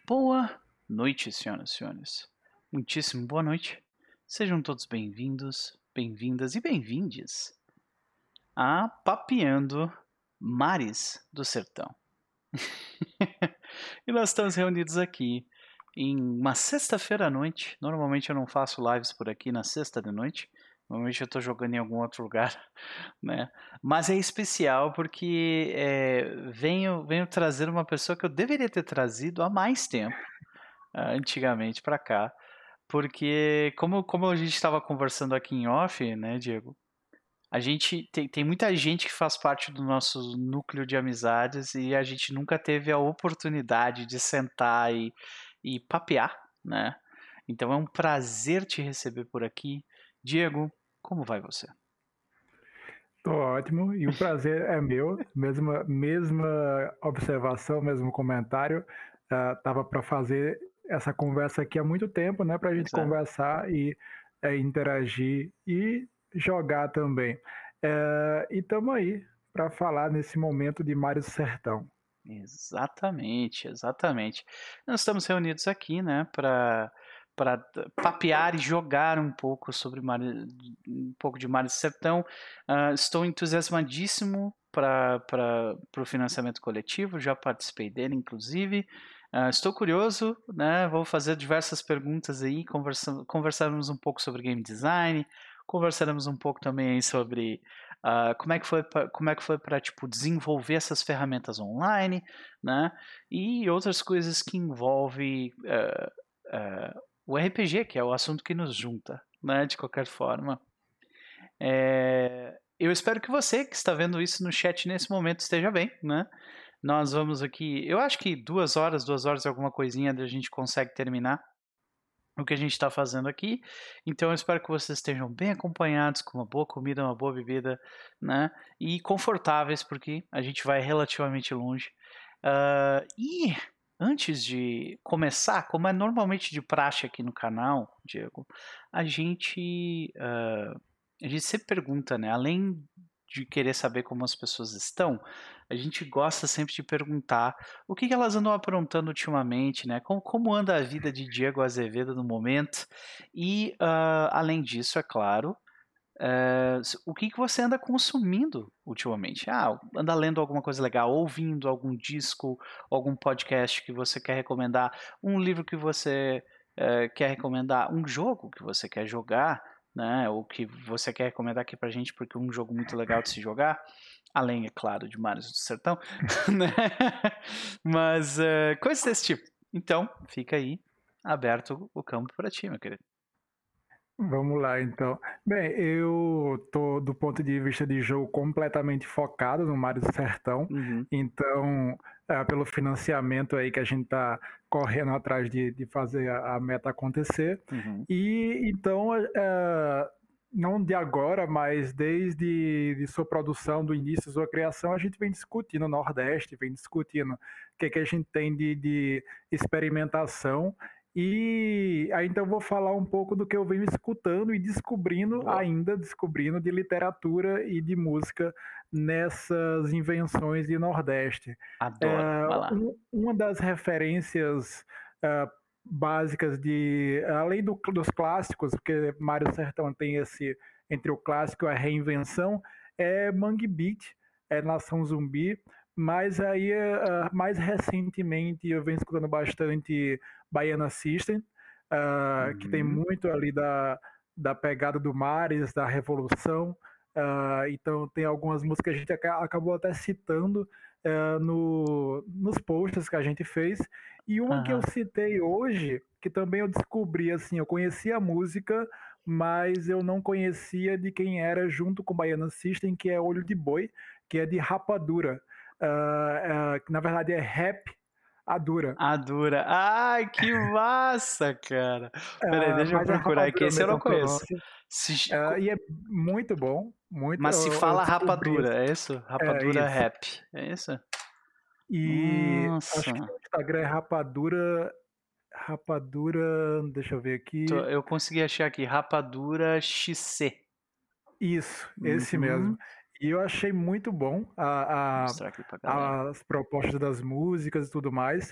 Boa noite, senhoras e senhores. Muitíssimo boa noite. Sejam todos bem-vindos, bem-vindas e bem-vindes a Papeando Mares do Sertão. E nós estamos reunidos aqui em uma sexta-feira à noite. Normalmente eu não faço lives por aqui na sexta de noite. Normalmente eu estou jogando em algum outro lugar, né? Mas é especial porque venho trazer uma pessoa que eu deveria ter trazido há mais tempo, antigamente para cá, porque como a gente estava conversando aqui em off, né, Diego? A gente tem muita gente que faz parte do nosso núcleo de amizades e a gente nunca teve a oportunidade de sentar e papear, né? Então é um prazer te receber por aqui. Diego, como vai você? Tô ótimo, e o prazer é meu. Mesma observação, mesmo comentário. Tava para fazer essa conversa aqui há muito tempo, né? Para a gente Pois é. conversar e interagir e jogar também. E estamos aí para falar nesse momento de Mário Sertão. Exatamente, exatamente. Nós estamos reunidos aqui, né, para papear e jogar um pouco sobre um pouco de Mares do Sertão. Estou entusiasmadíssimo para o financiamento coletivo, já participei dele, inclusive. Estou curioso, né? Vou fazer diversas perguntas aí, conversarmos um pouco sobre game design, conversaremos um pouco também sobre como é que foi para tipo desenvolver essas ferramentas online, né? E outras coisas que envolvem o RPG, que é o assunto que nos junta, né? De qualquer forma. Eu espero que você que está vendo isso no chat nesse momento esteja bem, né? Nós vamos aqui, eu acho que 2 horas e alguma coisinha a gente consegue terminar o que a gente está fazendo aqui. Então eu espero que vocês estejam bem acompanhados, com uma boa comida, uma boa bebida, né? E confortáveis, porque a gente vai relativamente longe. E antes de começar, como é normalmente de praxe aqui no canal, Diego, a gente, a gente sempre pergunta, né? Além de querer saber como as pessoas estão, a gente gosta sempre de perguntar o que elas andam aprontando ultimamente, né? Como anda a vida de Diego Azevedo no momento? E, além disso, é claro, o que você anda consumindo ultimamente? Anda lendo alguma coisa legal, ouvindo algum disco, algum podcast que você quer recomendar, um livro que você quer recomendar, um jogo que você quer jogar, né? Ou que você quer recomendar aqui pra gente, porque é um jogo muito legal de se jogar. Além, é claro, de Mares do Sertão, né? Mas coisas desse tipo. Então, fica aí aberto o campo para ti, meu querido. Vamos lá, então. Bem, eu tô do ponto de vista de jogo completamente focado no Mario do Sertão. Uhum. Então, pelo financiamento aí que a gente tá correndo atrás de fazer a meta acontecer. Uhum. E então, não de agora, mas desde de sua produção, do início da sua criação, a gente vem discutindo o Nordeste, vem discutindo o que a gente tem de experimentação. E aí então eu vou falar um pouco do que eu venho escutando e Boa. descobrindo de literatura e de música nessas invenções de Nordeste. Adoro. Vai lá. Uma das referências básicas além dos clássicos, porque Mário Sertão tem esse, entre o clássico e a reinvenção, é Mangue Beat, é Nação Zumbi, mas aí mais recentemente eu venho escutando bastante Baiana System, que tem Uhum. muito ali da pegada do Mares, da Revolução. Então tem algumas músicas que a gente acabou até citando nos posts que a gente fez. E uma que eu Aham. citei hoje, que também eu descobri, assim, eu conhecia a música, mas eu não conhecia de quem era junto com Baiana System, que é Olho de Boi, que é de Rapadura. Que na verdade é Rap Adura. A dura. Ai, que massa, cara. Peraí, deixa eu Mas é procurar aqui. Rapadura Esse eu mesmo não a conheço. pronúncia. Se- E é muito bom, muito. Mas se Eu fala descobri rapadura, assim. é isso? É Rapadura isso. rap. É isso? E acho que Nossa. no Instagram é Rapadura. Rapadura. Deixa eu ver aqui. Eu consegui achar aqui. Rapadura XC. Isso, esse mesmo. Uhum. E eu achei muito bom Vou mostrar aqui pra galera. as propostas das músicas e tudo mais.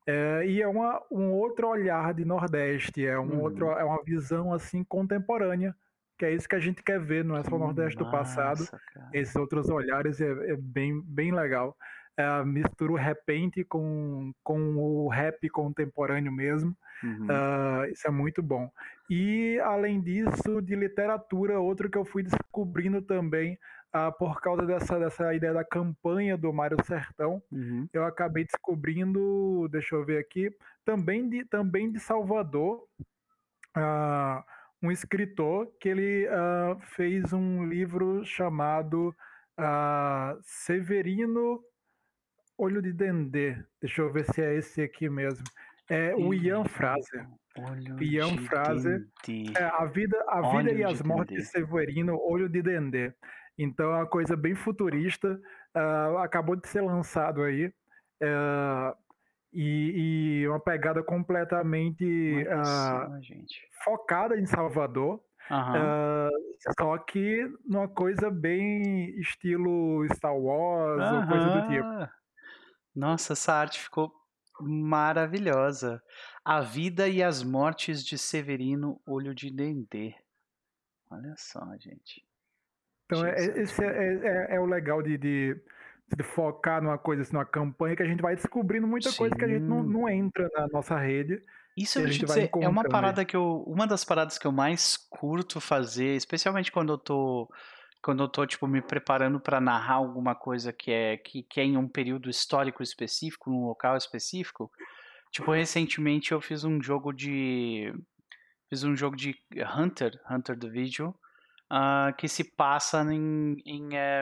E é um outro olhar de Nordeste, é é uma visão assim contemporânea, que é isso que a gente quer ver, não é só o Que Nordeste do passado, massa, cara. esses outros olhares é bem legal. Mistura o repente com o rap contemporâneo mesmo. Uhum. Isso é muito bom. E, além disso, de literatura, outro que eu fui descobrindo também, por causa dessa ideia da campanha do Mário Sertão, Uhum. eu acabei descobrindo, deixa eu ver aqui, também de Salvador, ah, um escritor que ele fez um livro chamado Severino Olho de Dendê. Deixa eu ver se é esse aqui mesmo. É o Ian Fraser. Severino, olho Ian de Fraser, dendê. a vida e Olho de as mortes de dendê. Severino Olho de Dendê. Então é uma coisa bem futurista, acabou de ser lançado aí, ah, e uma pegada completamente Olha só, gente. focada em Salvador, Aham. ah, só que numa coisa bem estilo Star Wars ou coisa do tipo. Aham. Nossa, essa arte ficou maravilhosa. A vida e as mortes de Severino Olho de Dendê. Olha só, gente. Então, Deixa eu só esse descobrir aqui. é o legal de focar numa coisa, assim, numa campanha que a gente vai descobrindo muita coisa que a gente Sim. não entra na nossa rede Isso e eu a vou te gente vai dizer, é uma encontrando aí. parada que uma das paradas que eu mais curto fazer, especialmente quando eu tô, tipo, me preparando para narrar alguma coisa que é em um período histórico específico, num local específico. Tipo, recentemente eu fiz um jogo de Hunter the Video, que se passa em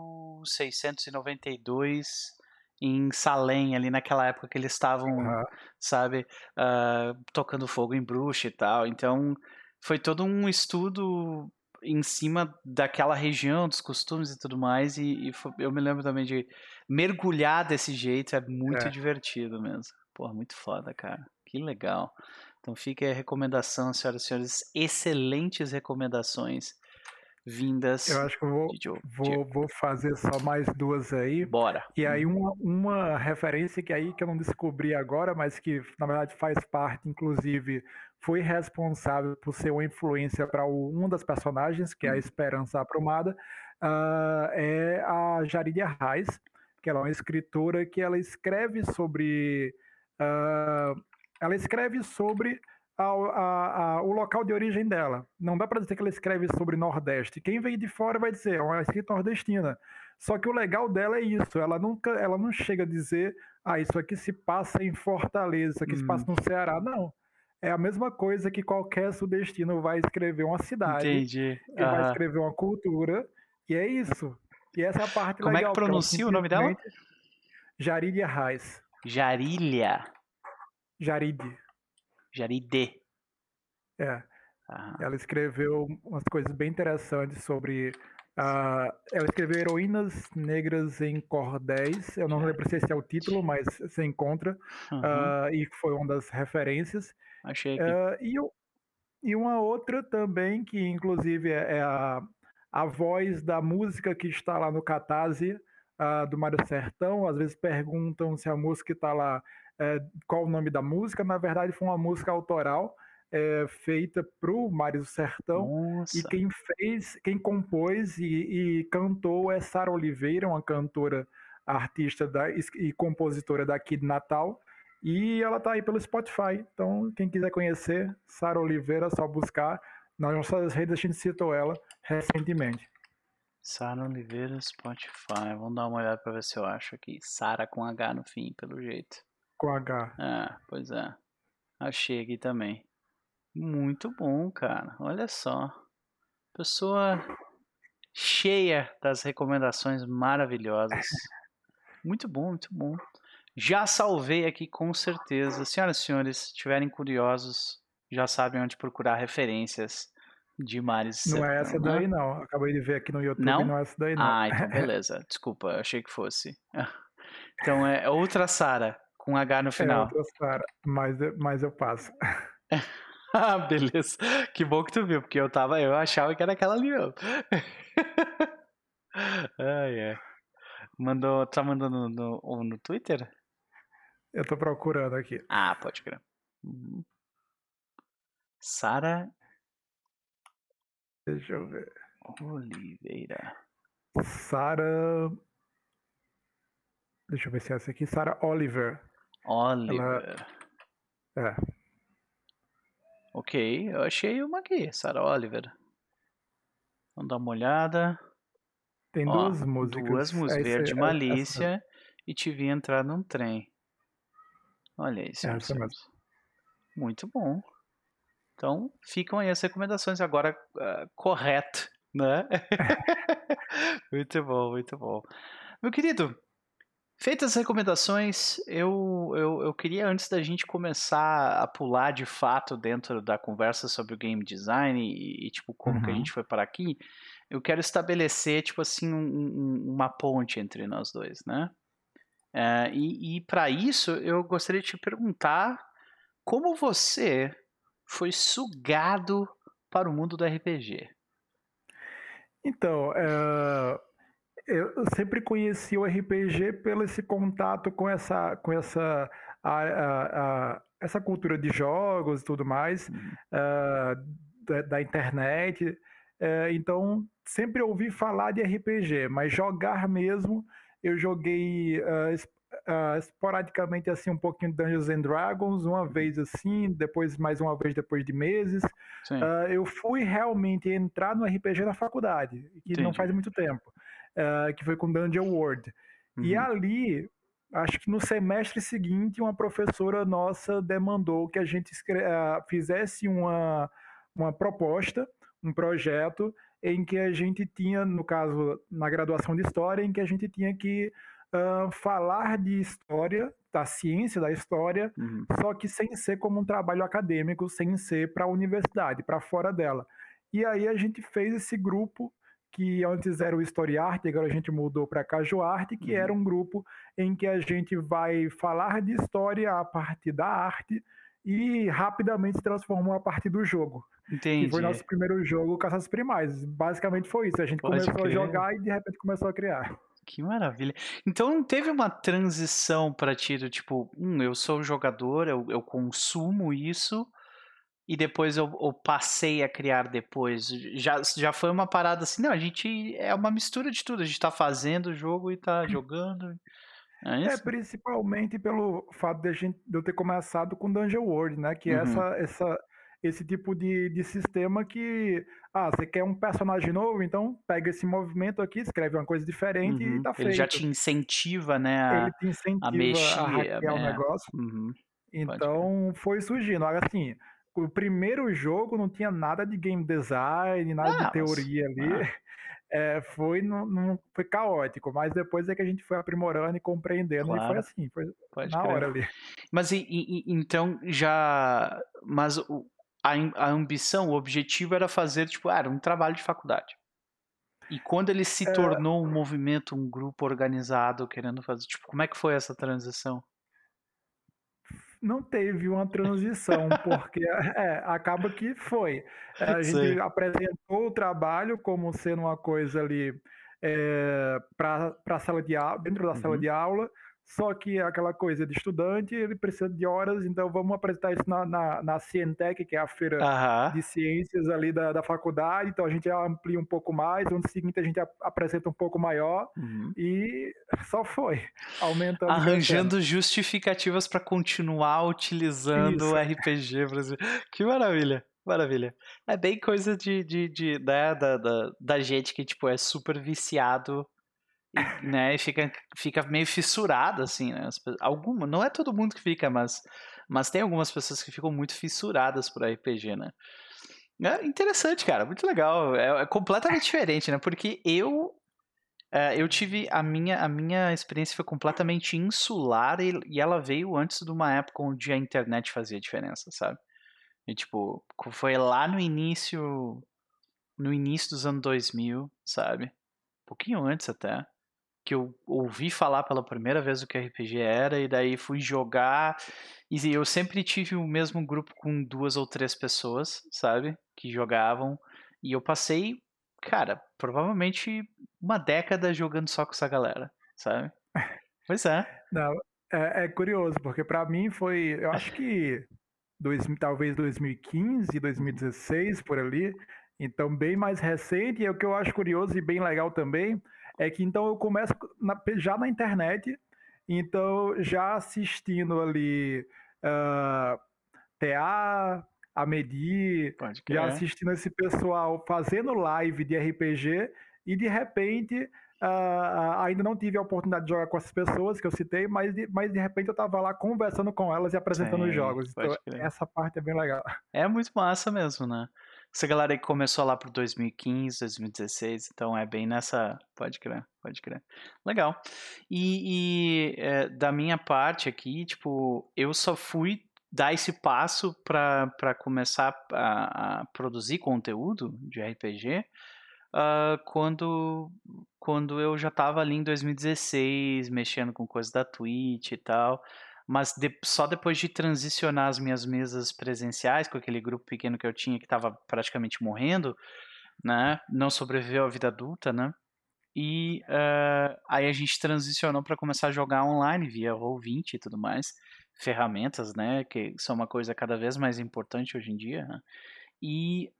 1692 em Salem, ali naquela época que eles estavam, Aham. sabe, tocando fogo em bruxa e tal. Então, foi todo um estudo em cima daquela região, dos costumes e tudo mais, eu me lembro também de mergulhar desse jeito, é muito É. divertido mesmo. Pô, muito foda, cara. Que legal. Então fica aí a recomendação, senhoras e senhores, excelentes recomendações Eu vindas acho que eu de Joe. Diego. vou fazer só mais duas aí. Bora. E aí uma referência que eu não descobri agora, mas que na verdade faz parte, inclusive foi responsável por ser uma influência para uma das personagens, que é a Hum. Esperança Aprumada, é a Jaridia Reis, que ela é uma escritora que ah, ela escreve sobre o local de origem dela. Não dá para dizer que ela escreve sobre Nordeste. Quem vem de fora vai dizer, é uma escrita nordestina. Só que o legal dela é isso, ela não chega a dizer, isso aqui se passa em Fortaleza, isso aqui se passa Hum, no Ceará. Não. É a mesma coisa que qualquer sudestino vai escrever uma cidade, entendi. ele vai Aham. escrever uma cultura, e é isso. E essa é a parte Como é que legal, porque ela pronuncia o nome dela? simplesmente. Jarília Reis. Jarília. Jaride. Jaride. É. Aham. Ela escreveu umas coisas bem interessantes sobre. Ela escreveu Heroínas Negras em Cordéis. Eu não lembro se esse é o título, mas você encontra. Aham. E foi uma das referências. Achei aqui. Ah, e uma outra também, que inclusive é a voz da música que está lá no Catarse, do Mário Sertão. Às vezes perguntam se a música está lá, qual o nome da música. Na verdade, foi uma música autoral, feita para o Mário Sertão. E Nossa. quem compôs e cantou é Sara Oliveira, uma cantora, artista e compositora daqui de Natal. E ela tá aí pelo Spotify. Então, quem quiser conhecer, Sara Oliveira, é só buscar. Nas nossas redes a gente citou ela recentemente. Sara Oliveira, Spotify. Vamos dar uma olhada pra ver se eu acho aqui. Sara com H no fim, pelo jeito. Com H. Pois é. Achei aqui também. Muito bom, cara. Olha só. Pessoa cheia das recomendações maravilhosas. Muito bom, muito bom. Já salvei aqui com certeza. Senhoras e senhores, se estiverem curiosos, já sabem onde procurar referências de Mares e Não é Sertão, essa né? daí, não. Acabei de ver aqui no YouTube, Não? não é essa daí, não. Ah, então beleza. Desculpa, eu achei que fosse. Então é outra Sara com H no É final. outra Sara, mas eu passo. Ah, beleza. Que bom que tu viu, porque eu achava que era aquela ali mesmo. Ai, ai. Tá mandando no Twitter? Eu tô procurando aqui. Ah, pode crer. Uhum. Sara Deixa eu ver. Oliveira. Sarah. Deixa eu ver se é essa aqui. Sarah Oliver. Ela. Oliver. É. Ok, eu achei uma aqui, Sara Oliver. Vamos dar uma olhada. Tem Ó, duas músicas. duas músicas. É, Verde essa mesmo. Malícia e Te Vi Entrar num Trem. Olha aí, É senhor essa mesmo. Sims. Muito bom. Então, ficam aí as recomendações agora correto, né? Muito bom, muito bom. Meu querido, feitas as recomendações, eu queria, antes da gente começar a pular de fato dentro da conversa sobre o game design tipo, como que a gente Uhum. foi para aqui, eu quero estabelecer, tipo assim, uma ponte entre nós dois, né? E para isso, eu gostaria de te perguntar como você foi sugado para o mundo do RPG. Então, eu sempre conheci o RPG pelo esse contato essa cultura de jogos e tudo mais, Uhum. ah, da internet. Então, sempre ouvi falar de RPG, mas jogar mesmo, eu joguei esporadicamente assim um pouquinho de Dungeons and Dragons, uma Uhum. vez assim, depois mais uma vez depois de meses. Sim, Eu fui realmente entrar no RPG na faculdade, que não entendi. faz muito tempo, que foi com Dungeon World. E Uhum. ali, acho que no semestre seguinte, uma professora nossa demandou que a gente fizesse uma proposta, um projeto, em que a gente tinha, no caso, na graduação de História, em que a gente tinha que falar de história, da ciência da história, Uhum. só que sem ser como um trabalho acadêmico, sem ser para a universidade, para fora dela. E aí a gente fez esse grupo que antes era o Story Art, agora a gente mudou para Caju Arte, que era Uhum. um grupo em que a gente vai falar de história a partir da arte e rapidamente se transformou a partir do jogo, que foi Entendi. nosso primeiro jogo Caças Primais. Basicamente foi isso, a gente Pode começou a crer. jogar e de repente começou a criar. Que maravilha. Então não teve uma transição para ti do tipo, eu sou jogador, eu consumo isso e depois eu passei a criar depois. Já foi uma parada assim, não, a gente é uma mistura de tudo, a gente tá fazendo o jogo e tá jogando. É É, isso? principalmente pelo fato de eu ter começado com Dungeon World, né? Que é Uhum. esse tipo de sistema que, você quer um personagem novo, então pega esse movimento aqui, escreve uma coisa diferente e Uhum. tá Ele já feito. te incentiva, né, Ele te a incentiva a mexer, hackear o negócio, uhum, pode crer. então foi surgindo. Agora, assim, o primeiro jogo não tinha nada de game design, nada de Ah, mas teoria ali. Foi caótico, mas depois é que a gente foi aprimorando e compreendendo, e foi claro, assim, foi pode na crer. hora ali. Mas então mas a ambição, o objetivo era fazer, tipo, era um trabalho de faculdade. E quando ele se tornou um movimento, um grupo organizado querendo fazer, tipo, como é que foi essa transição? Não teve uma transição, porque acaba que foi. A Sei. gente apresentou o trabalho como sendo uma coisa ali para a sala de aula, dentro da sala Uhum. de aula, só que aquela coisa de estudante, ele precisa de horas, então vamos apresentar isso na Cientec, que é a feira Aham. de ciências ali da faculdade, então a gente amplia um pouco mais, no ano seguinte a gente apresenta um pouco maior, Uhum. e só foi aumentando e crescendo. Arranjando justificativas para continuar utilizando o Isso. RPG brasileiro. Que maravilha, maravilha. É bem coisa né, da gente que, tipo, é super viciado e, né, e fica meio fissurado, assim, né? Não é todo mundo que fica, mas tem algumas pessoas que ficam muito fissuradas por RPG, né? É interessante, cara, muito legal. É completamente diferente, né? Porque eu tive a minha experiência foi completamente insular e ela veio antes de uma época onde a internet fazia diferença, sabe? E tipo, foi lá no início dos anos 2000, sabe? Um pouquinho antes até, que eu ouvi falar pela primeira vez o que RPG era e daí fui jogar e eu sempre tive o mesmo grupo com 2 ou 3 pessoas, sabe? Que jogavam e eu passei, cara, provavelmente uma década jogando só com essa galera, sabe? Pois é. Não, É curioso, porque para mim foi, eu acho que talvez 2015, Uhum. 2016, por ali. Então, bem mais recente. E o que eu acho curioso e bem legal também é que então eu começo já na internet, então já assistindo ali uh, a Medi, Pode já crer. assistindo esse pessoal fazendo live de RPG, e de repente ainda não tive a oportunidade de jogar com essas pessoas que eu citei, mas de repente eu estava lá conversando com elas e apresentando os Sim, jogos. Então pode crer. essa parte é bem legal. É muito massa mesmo, né? Essa galera aí que começou lá por 2015, 2016, então é bem nessa. Pode crer, pode crer. Legal. Da minha parte aqui, tipo, eu só fui dar esse passo para começar a produzir conteúdo de RPG quando eu já estava ali em 2016, mexendo com coisas da Twitch e tal. Mas só depois de transicionar as minhas mesas presenciais com aquele grupo pequeno que eu tinha que estava praticamente morrendo, né? Não sobreviveu à vida adulta, né? E aí a gente transicionou para começar a jogar online via Roll20 e tudo mais, ferramentas, né? Que são uma coisa cada vez mais importante hoje em dia, né? E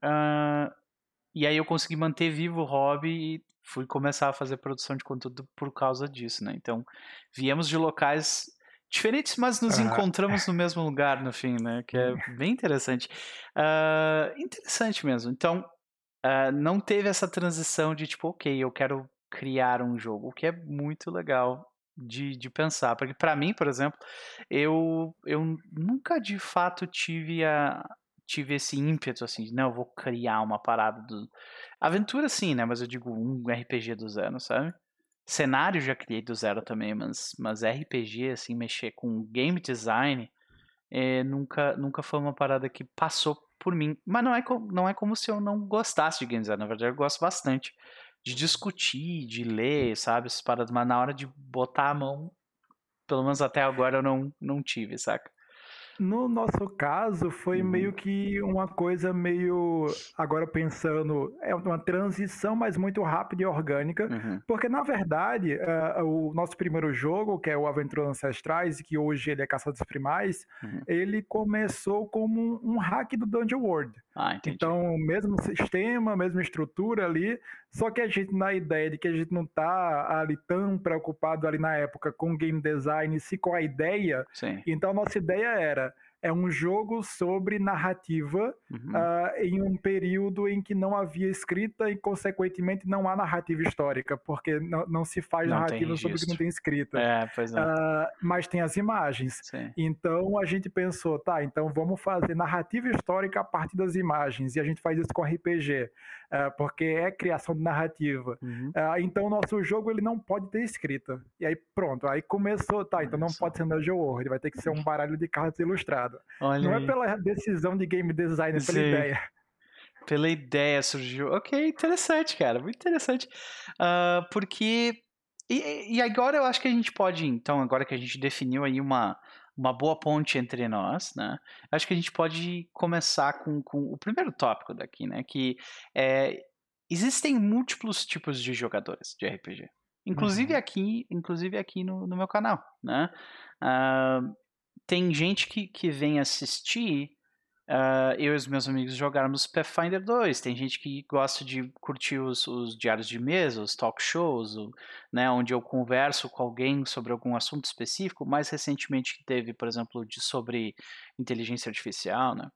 e aí eu consegui manter vivo o hobby e fui começar a fazer produção de conteúdo por causa disso, né? Então, viemos de locais diferentes, mas nos Ah, encontramos no mesmo lugar no fim, né? Que é sim. bem interessante. Interessante mesmo. Então, não teve essa transição de tipo, ok, eu quero criar um jogo, o que é muito legal de pensar. Porque para mim, por exemplo, eu nunca de fato tive esse ímpeto assim, de, não, eu vou criar uma parada do. Aventura sim, né? Mas eu digo um RPG do zero, sabe? Cenário já criei do zero também, mas RPG, assim, mexer com game design, nunca foi uma parada que passou por mim. Mas não é como se eu não gostasse de game design. Na verdade, eu gosto bastante de discutir, de ler, sabe? Essas paradas. Mas na hora de botar a mão, pelo menos até agora eu não tive, saca? No nosso caso, foi Uhum, meio que uma coisa meio, agora pensando, é uma transição, mas muito rápida e orgânica, uhum, porque na verdade, o nosso primeiro jogo, que é o Aventuras Ancestrais, que hoje ele é Caça dos Primais, uhum. ele começou como um hack do Dungeon World. Ah, entendi. Então, mesmo sistema, mesma estrutura ali, só que a gente, na ideia de que a gente não está ali tão preocupado ali na época com game design, se com a ideia, Sim. então, a nossa ideia é um jogo sobre narrativa Uhum. em um período em que não havia escrita e, consequentemente, não há narrativa histórica, porque não se faz Não tem narrativa sobre o que não registro. tem escrita. É, pois é. Mas tem as imagens. Sim. Então, a gente pensou, tá, então vamos fazer narrativa histórica a partir das imagens, e a gente faz isso com RPG, porque é criação de narrativa. Uhum. Então o nosso jogo ele não pode ter escrita. E aí pronto, aí começou, tá, então Olha não só. pode ser Dungeon World, vai ter que ser um baralho de cartas ilustrado. Olha Não é aí. pela decisão de game design, é pela Sim. ideia. Pela ideia surgiu. Ok, interessante, cara, muito interessante. Porque. E agora eu acho que a gente pode, então, agora que a gente definiu aí uma boa ponte entre nós, né? Acho que a gente pode começar com o primeiro tópico daqui, né? Que é, existem múltiplos tipos de jogadores de RPG. Uhum. Inclusive aqui no meu canal, né? Ah, tem gente que vem assistir eu e os meus amigos jogarmos Pathfinder 2. Tem gente que gosta de curtir os diários de mesa, os talk shows, né, onde eu converso com alguém sobre algum assunto específico. Mais recentemente teve, por exemplo, sobre inteligência artificial, né?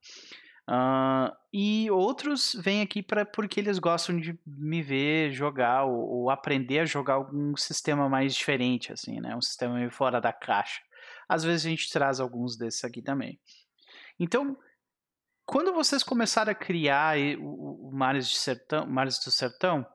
E outros vêm aqui porque eles gostam de me ver jogar ou aprender a jogar algum sistema mais diferente, assim, né? Um sistema meio fora da caixa. Às vezes a gente traz alguns desses aqui também. Então, quando vocês começaram a criar o Mares do Sertão,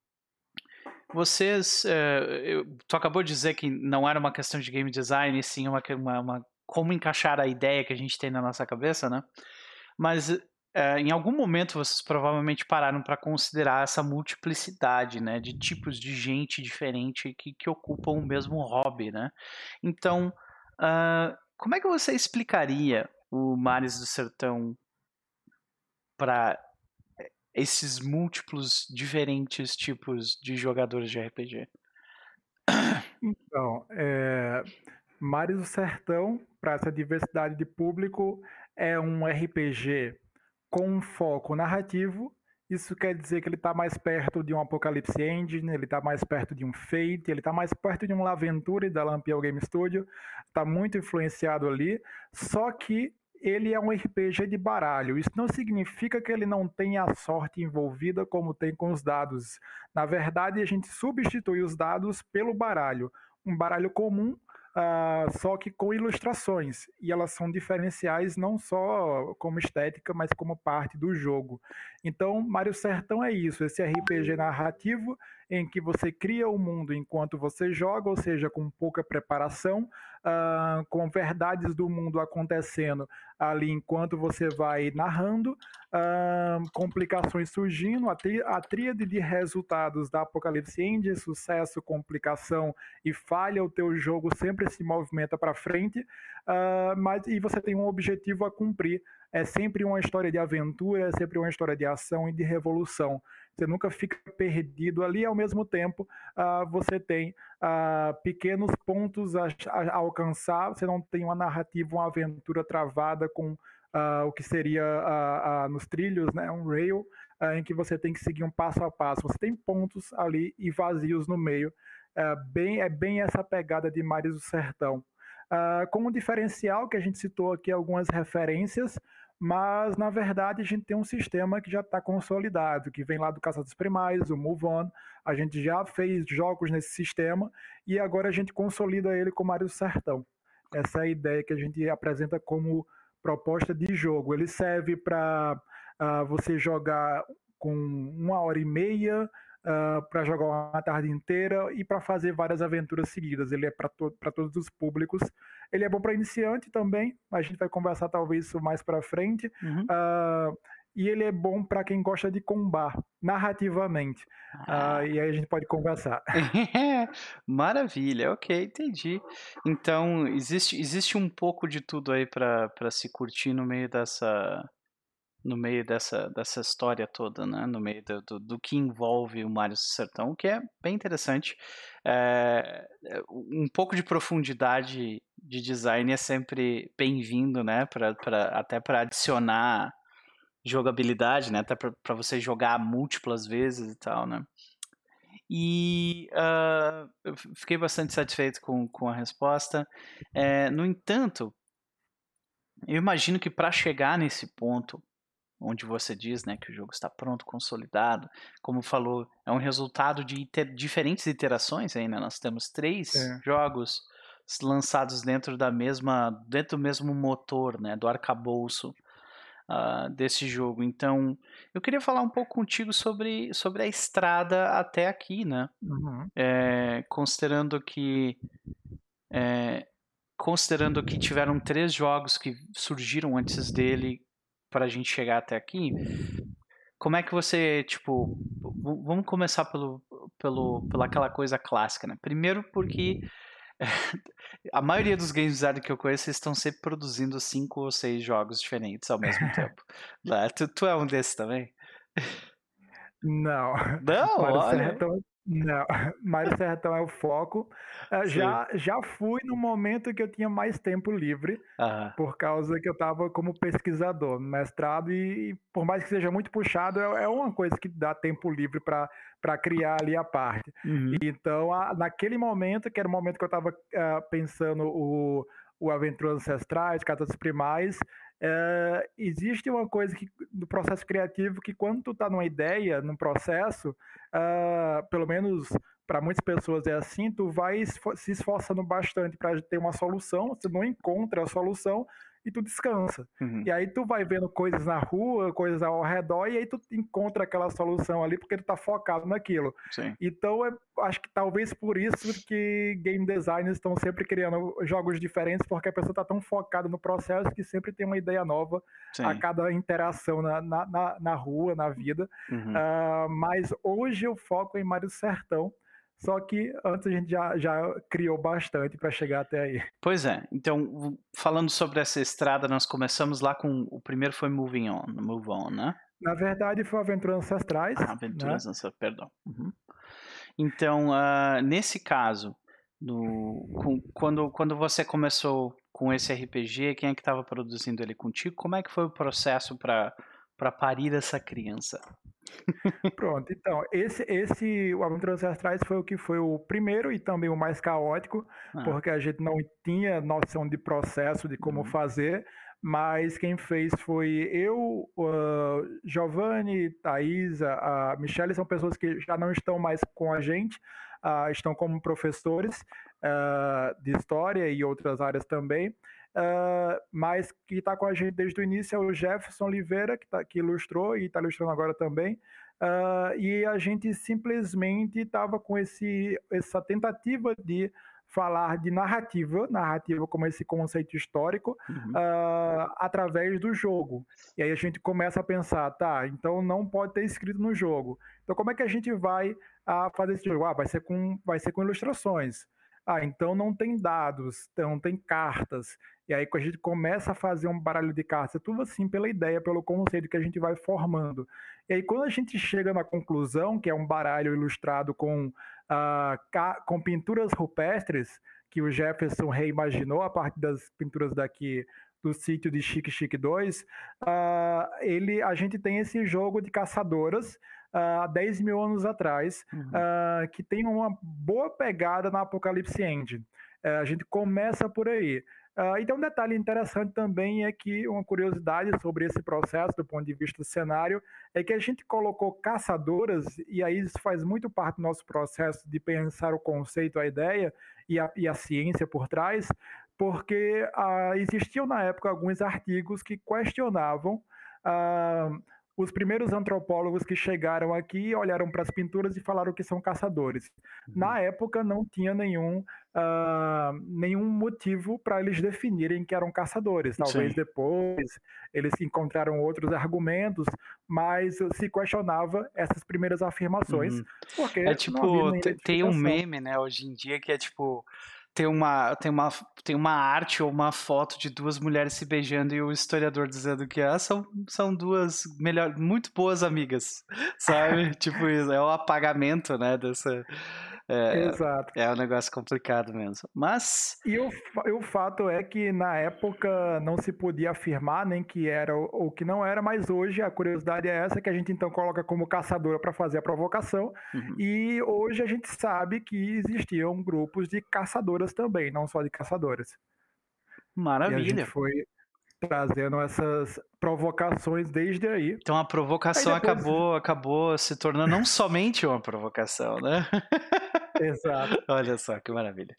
vocês, tu acabou de dizer que não era uma questão de game design, e sim como encaixar a ideia que a gente tem na nossa cabeça, né? Mas em algum momento vocês provavelmente pararam para considerar essa multiplicidade, né, de tipos de gente diferente que ocupam o mesmo hobby, né? Então, como é que você explicaria o Mares do Sertão para esses múltiplos diferentes tipos de jogadores de RPG? Então, Mares do Sertão, para essa diversidade de público, é um RPG com um foco narrativo. Isso quer dizer que ele está mais perto de um Apocalypse Engine, ele está mais perto de um Fate, ele está mais perto de um Laventure da Lampião Game Studio, está muito influenciado ali, só que ele é um RPG de baralho. Isso não significa que ele não tenha a sorte envolvida como tem com os dados. Na verdade, a gente substitui os dados pelo baralho. Um baralho comum, só que com ilustrações. E elas são diferenciais não só como estética, mas como parte do jogo. Então, Mario Sertão é isso, esse RPG narrativo em que você cria o mundo enquanto você joga, ou seja, com pouca preparação, com verdades do mundo acontecendo ali enquanto você vai narrando, complicações surgindo, a tríade de resultados da Apocalypse Engine, sucesso, complicação e falha, o teu jogo sempre se movimenta para frente, e você tem um objetivo a cumprir. É sempre uma história de aventura, é sempre uma história de ação e de revolução. Você nunca fica perdido ali, ao mesmo tempo você tem pequenos pontos a alcançar, você não tem uma narrativa, uma aventura travada com o que seria nos trilhos, né, um rail, em que você tem que seguir um passo a passo. Você tem pontos ali e vazios no meio. É bem essa pegada de Mares do Sertão. Com um diferencial que a gente citou aqui algumas referências, mas na verdade a gente tem um sistema que já está consolidado, que vem lá do Caça dos Primais, o Move On. A gente já fez jogos nesse sistema e agora a gente consolida ele com Mario do Sertão. Essa é a ideia que a gente apresenta como proposta de jogo. Ele serve para você jogar com 1h30, para jogar uma tarde inteira e para fazer várias aventuras seguidas. Ele é para todos os públicos. Ele é bom para iniciante também, a gente vai conversar talvez isso mais para frente. E ele é bom para quem gosta de combar narrativamente. E aí a gente pode conversar. Maravilha, ok, entendi. Então, existe um pouco de tudo aí para se curtir no meio dessa história toda, né? No meio do que envolve o Mario Sertão, o que é bem interessante. Um pouco de profundidade de design é sempre bem-vindo, né? Até para adicionar jogabilidade, né? Até para você jogar múltiplas vezes e tal, né? E eu fiquei bastante satisfeito com a resposta. No entanto, eu imagino que para chegar nesse ponto, onde você diz, né, que o jogo está pronto, consolidado, como falou, é um resultado de diferentes iterações aí, né? Nós temos 3 jogos lançados dentro do mesmo motor, né, do arcabouço desse jogo. Então, eu queria falar um pouco contigo sobre a estrada até aqui, né? Considerando que tiveram 3 jogos que surgiram antes dele para a gente chegar até aqui, como é que você, tipo, vamos começar pela aquela coisa clássica, né? Primeiro porque a maioria dos game designers que eu conheço estão sempre produzindo 5 ou 6 jogos diferentes ao mesmo tempo. Tu é um desses também? Não, Não, Mario olha. Sertão, não. Mario Sertão é o foco. Já fui no momento que eu tinha mais tempo livre, por causa que eu estava como pesquisador no mestrado e por mais que seja muito puxado, é uma coisa que dá tempo livre para criar ali a parte. Então, naquele momento, que era o momento que eu estava pensando o Aventuras Ancestrais, Catas Primais, existe uma coisa do processo criativo que quando tu tá numa ideia, num processo, pelo menos para muitas pessoas é assim, tu vai se esforçando bastante para ter uma solução, você não encontra a solução e tu descansa. E aí tu vai vendo coisas na rua, coisas ao redor, e aí tu encontra aquela solução ali porque tu tá focado naquilo. Sim. Então, acho que talvez por isso que game designers estão sempre criando jogos diferentes, porque a pessoa tá tão focada no processo que sempre tem uma ideia nova a cada interação na rua, na vida. Mas hoje eu foco em Mario Sertão, só que antes a gente já criou bastante para chegar até aí. Pois é. Então, falando sobre essa estrada, nós começamos lá com... O primeiro foi Move On, né? Na verdade, foi Aventuras Ancestrais. Aventuras Ancestrais, perdão. Então, nesse caso, Quando você começou com esse RPG, quem é que estava produzindo ele contigo? Como é que foi o processo para parir essa criança? Pronto, então, o Aventuras Ancestrais foi o que foi o primeiro e também o mais caótico, Ah, porque a gente não tinha noção de processo, de como uhum, fazer, mas quem fez foi eu, Giovanni, Thaisa, a Michelle, são pessoas que já não estão mais com a gente, estão como professores de história e outras áreas também, mas que está com a gente desde o início é o Jefferson Oliveira, que ilustrou e está ilustrando agora também. E a gente simplesmente estava com essa tentativa de falar de narrativa como esse conceito histórico, uhum, através do jogo. E aí a gente começa a pensar, tá, então não pode ter escrito no jogo. Então como é que a gente vai fazer esse jogo? Vai ser com ilustrações. Então não tem dados, não tem cartas. E aí a gente começa a fazer um baralho de cartas, tudo assim pela ideia, pelo conceito que a gente vai formando. E aí, quando a gente chega na conclusão, que é um baralho ilustrado com pinturas rupestres, que o Jefferson reimaginou a partir das pinturas daqui do sítio de Chique Chique 2, a gente tem esse jogo de caçadoras há 10 mil anos atrás, uhum. que tem uma boa pegada na Apocalipse End. A gente começa por aí. Então, um detalhe interessante também é que uma curiosidade sobre esse processo, do ponto de vista do cenário, é que a gente colocou caçadoras, e aí isso faz muito parte do nosso processo de pensar o conceito, a ideia e a ciência por trás, porque existiam na época alguns artigos que questionavam ah, os primeiros antropólogos que chegaram aqui, olharam para as pinturas e falaram que são caçadores. Uhum. Na época não tinha nenhum motivo para eles definirem que eram caçadores. Talvez Sim. depois eles encontraram outros argumentos, mas se questionava essas primeiras afirmações, Uhum. É porque não havia tipo, nenhuma tem um identificação. meme, né, hoje em dia que é tipo, tem uma, tem uma, tem uma arte ou uma foto de duas mulheres se beijando e o historiador dizendo que são duas muito boas amigas, sabe? Tipo isso, é o apagamento, né, dessa, é, Exato. é um negócio complicado mesmo. Mas, E o fato é que na época não se podia afirmar nem que era ou que não era, mas hoje a curiosidade é essa que a gente então coloca como caçadora para fazer a provocação. uhum, E hoje a gente sabe que existiam grupos de caçadoras também, não só de caçadoras. E a gente maravilha. foi trazendo essas provocações desde aí. Então a Aí provocação depois, acabou se tornando não somente uma provocação, né? exato. Olha só que maravilha.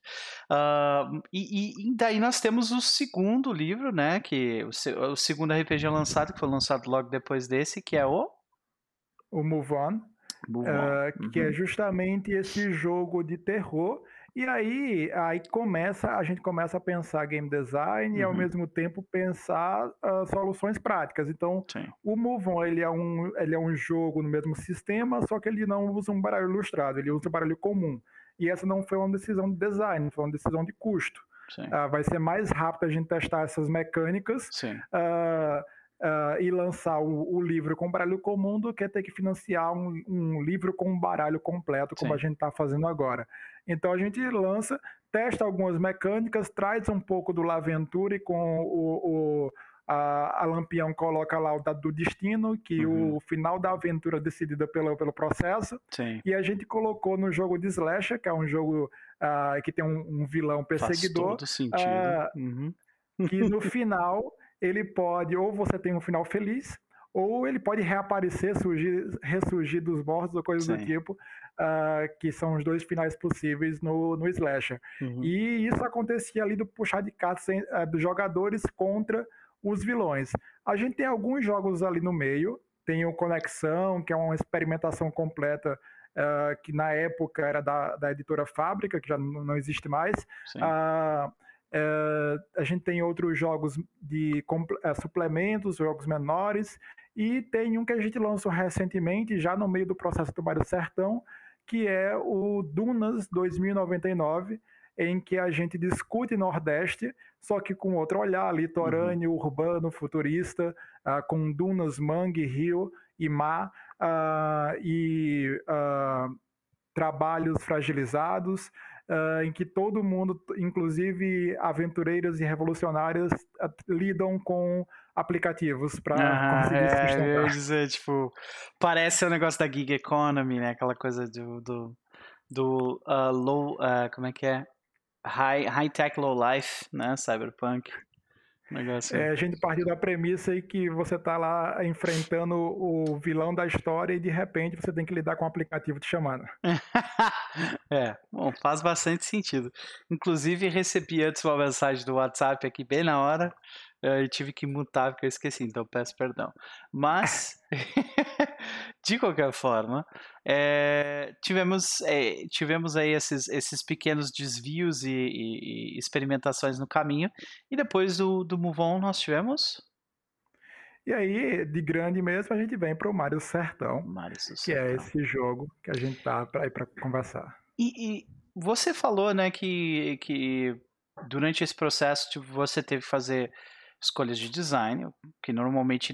E daí nós temos o segundo livro, né, que o segundo RPG lançado, que foi lançado logo depois desse, que é o O Move On, Move On. que é Uhum, justamente esse jogo de terror. E aí a gente começa a pensar game design e ao uhum, mesmo tempo pensar soluções práticas. Então, sim, o Move On ele é um jogo no mesmo sistema, só que ele não usa um baralho ilustrado, ele usa um baralho comum. E essa não foi uma decisão de design, foi uma decisão de custo. sim, Vai ser mais rápido a gente testar essas mecânicas sim, uh, e lançar o livro com baralho comum do que ter que financiar um livro com um baralho completo, como a sim, gente está fazendo agora. Então a gente lança, testa algumas mecânicas, traz um pouco do Laventure com a Lampião coloca lá o dado do destino, que uhum, o final da aventura é decidida pelo processo, sim. e a gente colocou no jogo de Slasher, que é um jogo que tem um vilão Faz perseguidor, todo sentido. uh, Uhum. que no final ele pode, ou você tem um final feliz, ou ele pode reaparecer, ressurgir dos mortos ou coisa do Sim. tipo, que são os dois finais possíveis no Slasher. Uhum, E isso acontecia ali do puxar de cartas dos jogadores contra os vilões. A gente tem alguns jogos ali no meio, tem o Conexão, que é uma experimentação completa, que na época era da editora Fábrica, que já não existe mais. sim, Uh, a gente tem outros jogos de suplementos, jogos menores, e tem um que a gente lançou recentemente, já no meio do processo do Mário Sertão, que é o Dunas 2099, em que a gente discute Nordeste, só que com outro olhar, uhum, litorâneo, urbano, futurista, com dunas, mangue, rio e mar, e trabalhos fragilizados, em que todo mundo, inclusive aventureiros e revolucionários, lidam com aplicativos para conseguir se Eu ia sustentar. dizer, tipo, parece o negócio da gig economy, né? Aquela coisa como é que é? High tech, low life, né? Cyberpunk. Negócio. A gente partiu da premissa aí que você está lá enfrentando o vilão da história e de repente você tem que lidar com um aplicativo te chamando. Bom, faz bastante sentido. Inclusive, recebi antes uma mensagem do WhatsApp aqui bem na hora, e tive que mutar porque eu esqueci, então peço perdão. Mas, de qualquer forma, tivemos aí esses pequenos desvios e experimentações no caminho, e depois do Move On nós tivemos E aí, de grande mesmo, a gente vem para o Mario Sertão, Mares do que é Sertão. esse jogo que a gente tá aí para conversar. E você falou, né, que durante esse processo tipo, você teve que fazer escolhas de design, que normalmente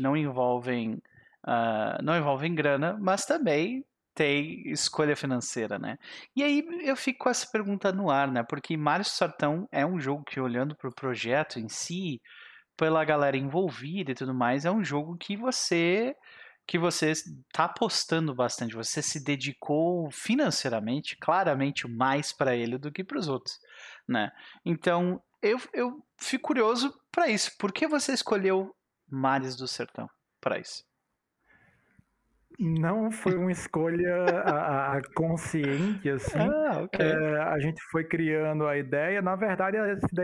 não envolvem grana, mas também tem escolha financeira, né? E aí eu fico com essa pergunta no ar, né? Porque Mario Sertão é um jogo que, olhando para o projeto em si, pela galera envolvida e tudo mais, é um jogo que você está apostando bastante, você se dedicou financeiramente, claramente mais para ele do que para os outros, né? Então, eu fico curioso para isso. Por que você escolheu Mares do Sertão para isso? Não foi uma escolha consciente, assim. Ah, ok. A gente foi criando a ideia. Na verdade,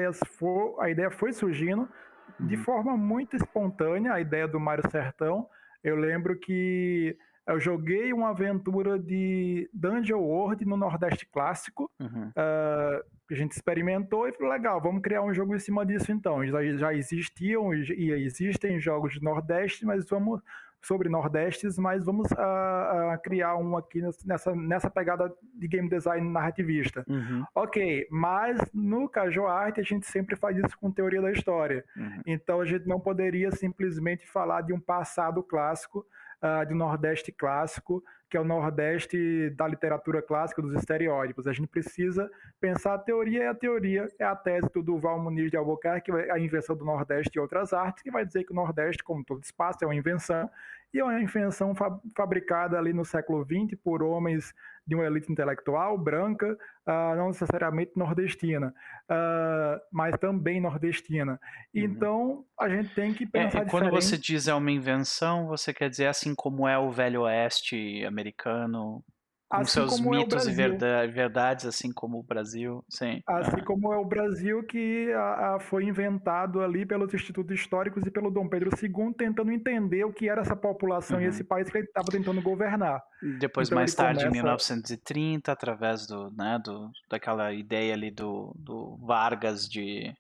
a ideia foi surgindo de Uhum, forma muito espontânea, a ideia do Mário Sertão. Eu lembro que eu joguei uma aventura de Dungeon World no Nordeste Clássico. uhum, A gente experimentou e falou, legal, vamos criar um jogo em cima disso então. Já existiam e existem jogos de Nordeste, mas vamos sobre Nordestes, mas vamos criar um aqui nessa pegada de game design narrativista. uhum, Ok, mas no Casual Art a gente sempre faz isso com teoria da história. uhum. Então a gente não poderia simplesmente falar de um passado clássico, de um Nordeste clássico, que é o Nordeste da literatura clássica, dos estereótipos. A gente precisa pensar a teoria, e a teoria é a tese do Duval Muniz de Albuquerque, a invenção do Nordeste e outras artes, que vai dizer que o Nordeste, como todo espaço, é uma invenção, e é uma invenção fabricada ali no século XX por homens de uma elite intelectual branca, não necessariamente nordestina, mas também nordestina. Uhum. Então, a gente tem que pensar Quando você diferente. diz é uma invenção, você quer dizer assim como é o Velho Oeste americano, com Assim seus como é o mitos e Brasil. verdades, assim como o Brasil? Sim. Assim Aham. como é o Brasil, que foi inventado ali pelos institutos históricos e pelo Dom Pedro II, tentando entender o que era essa população e esse Uhum. país que ele estava tentando governar. Depois, Então ele mais tarde, em começa 1930, através daquela ideia ali do Vargas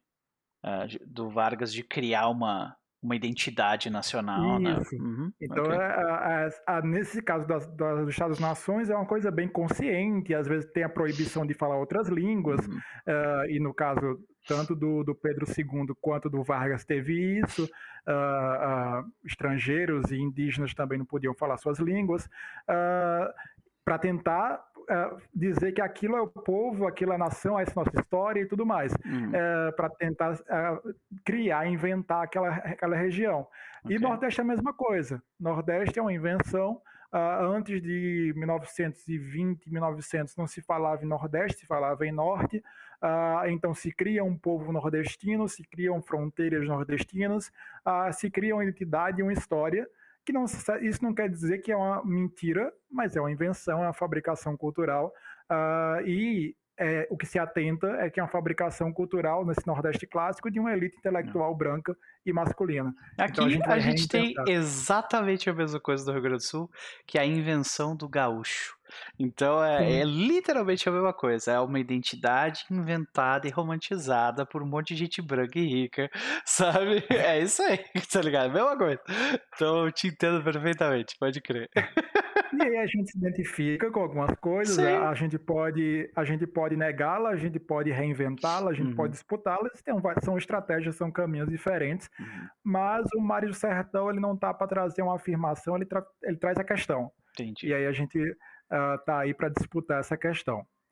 do Vargas de criar uma identidade nacional, né? isso. Uhum. Então, Ok. nesse caso dos Estados-nações, é uma coisa bem consciente, às vezes tem a proibição de falar outras línguas, Uhum. e no caso tanto do Pedro II quanto do Vargas teve isso, estrangeiros e indígenas também não podiam falar suas línguas, para tentar dizer que aquilo é o povo, aquilo é a nação, essa é a nossa história e tudo mais, Uhum. para tentar criar, inventar aquela região. E Ok. Nordeste é a mesma coisa. Nordeste é uma invenção. Antes de 1920, 1900, não se falava em Nordeste, se falava em Norte. Então se cria um povo nordestino, se criam fronteiras nordestinas, se cria uma identidade e uma história que não, isso não quer dizer que é uma mentira, mas é uma invenção, é uma fabricação cultural. O que se atenta é que é uma fabricação cultural nesse Nordeste clássico de uma elite intelectual branca e masculina. Então a Aqui gente a vai gente tem reinventar. exatamente a mesma coisa do Rio Grande do Sul, que é a invenção do gaúcho. Então é Sim. literalmente a mesma coisa. É uma identidade inventada e romantizada por um monte de gente branca e rica, sabe? É isso aí, tá ligado? Mesma coisa. Então eu te entendo perfeitamente, pode crer. E aí a gente se identifica com algumas coisas, Sim. a gente pode negá-la, a gente pode reinventá-la, a gente pode Uhum, disputá-la, são estratégias, são caminhos diferentes, uhum. mas o Mário do Sertão ele não está para trazer uma afirmação, ele traz a questão. E Entendi. aí a gente tá aí para disputar essa questão.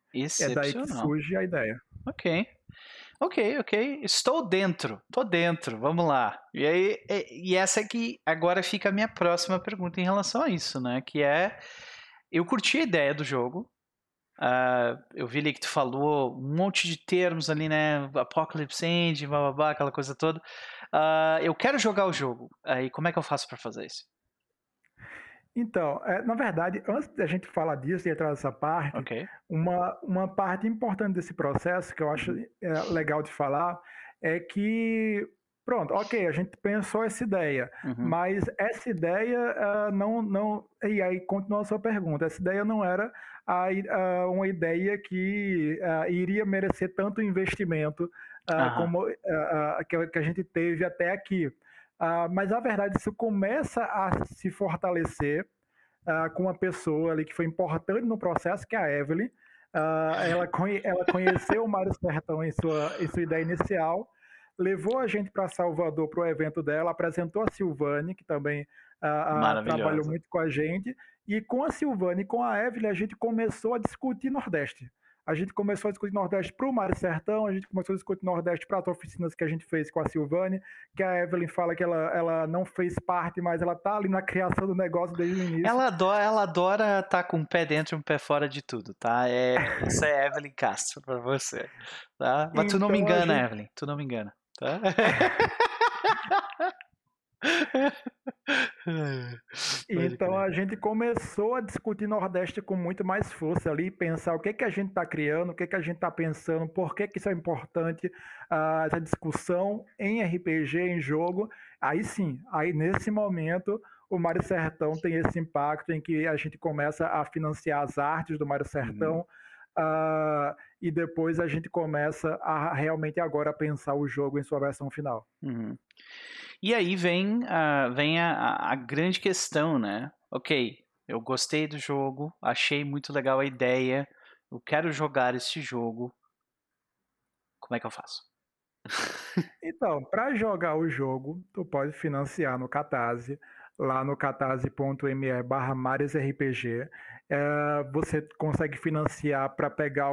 É daí que Excepcional. surge a ideia. Ok. Estou dentro. Tô dentro. Vamos lá. E aí, e essa é que agora fica a minha próxima pergunta em relação a isso, né? Que é, eu curti a ideia do jogo. Eu vi ali que tu falou um monte de termos ali, né? Apocalypse End, blá blá blá, aquela coisa toda. Eu quero jogar o jogo. Aí, como é que eu faço pra fazer isso? Então, na verdade, antes da gente falar disso e entrar nessa parte, Ok. uma parte importante desse processo que eu acho Uhum. legal de falar é que, pronto, ok, a gente pensou essa ideia, Uhum. mas essa ideia não. E aí continua a sua pergunta: essa ideia não era uma ideia que iria merecer tanto investimento Aham. como que a gente teve até aqui. Mas a verdade, isso começa a se fortalecer com uma pessoa ali que foi importante no processo, que é a Evelyn. Ela conheceu o Mário Sertão em sua ideia inicial, levou a gente para Salvador para o evento dela, apresentou a Silvane, que também trabalhou Maravilhosa. muito com a gente, e com a Silvane e com a Evelyn a gente começou a discutir Nordeste. A gente começou a discutir Nordeste para o Mário Sertão, a gente começou a discutir Nordeste para as oficinas que a gente fez com a Silvane, que a Evelyn fala que ela não fez parte, mas ela está ali na criação do negócio desde o início. Ela adora estar com um pé dentro e um pé fora de tudo, tá? Isso é Evelyn Castro pra você, tá? Mas tu não me Então a engana, gente Evelyn. Tu não me engana, tá? Pode Então crer. a gente começou a discutir Nordeste com muito mais força ali, pensar o que que a gente está criando, o que que a gente está pensando, por que que isso é importante, essa discussão em RPG, em jogo. Aí sim, aí nesse momento o Mário Sertão tem esse impacto em que a gente começa a financiar as artes do Mário Uhum, Sertão, e depois a gente começa a realmente agora pensar o jogo em sua versão final. uhum. E aí vem a grande questão, né? Ok, eu gostei do jogo, achei muito legal a ideia, eu quero jogar esse jogo. Como é que eu faço? Então, para jogar o jogo, tu pode financiar no Catarse, lá no catarse.me/mariosrpg. Você consegue financiar para pegar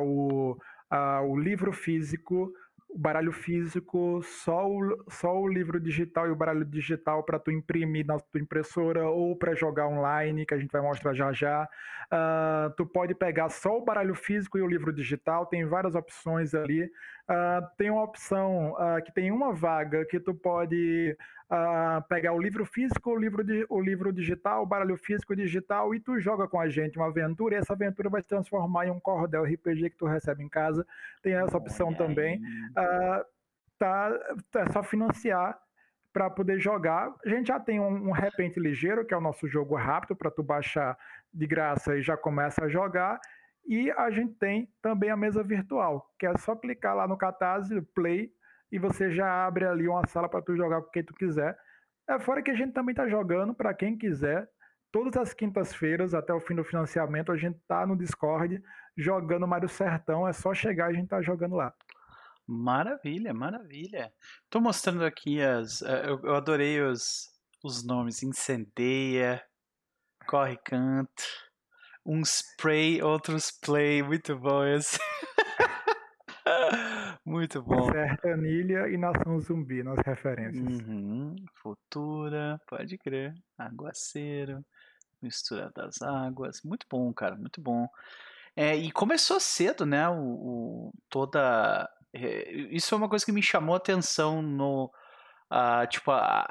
o livro físico, o baralho físico, só o livro digital e o baralho digital para tu imprimir na tua impressora ou para jogar online, que a gente vai mostrar já já. Tu pode pegar só o baralho físico e o livro digital, tem várias opções ali. Tem uma opção que tem uma vaga que tu pode pegar o livro físico, o livro digital, o baralho físico e digital, e tu joga com a gente uma aventura, e essa aventura vai se transformar em um cordel RPG que tu recebe em casa. Tem essa opção Olha também. aí. Uh, tá, é só financiar para poder jogar. A gente já tem um Repente Ligeiro, que é o nosso jogo rápido, para tu baixar de graça e já começa a jogar. E a gente tem também a mesa virtual, que é só clicar lá no Catarse, Play, e você já abre ali uma sala para tu jogar com quem tu quiser. Fora que a gente também está jogando para quem quiser. Todas as quintas-feiras, até o fim do financiamento, a gente tá no Discord jogando Mário Sertão. É só chegar e a gente tá jogando lá. Maravilha, maravilha. Tô mostrando aqui eu adorei os nomes. Incendeia, Corre Canto, um spray, outros play. Muito bom esse. Muito bom. Sertanilha e Nação Zumbi nas referências. Uhum. Futura, pode crer. Aguaceiro, mistura das águas. Muito bom, cara, muito bom. E começou cedo, né? Isso é uma coisa que me chamou a atenção no, tipo,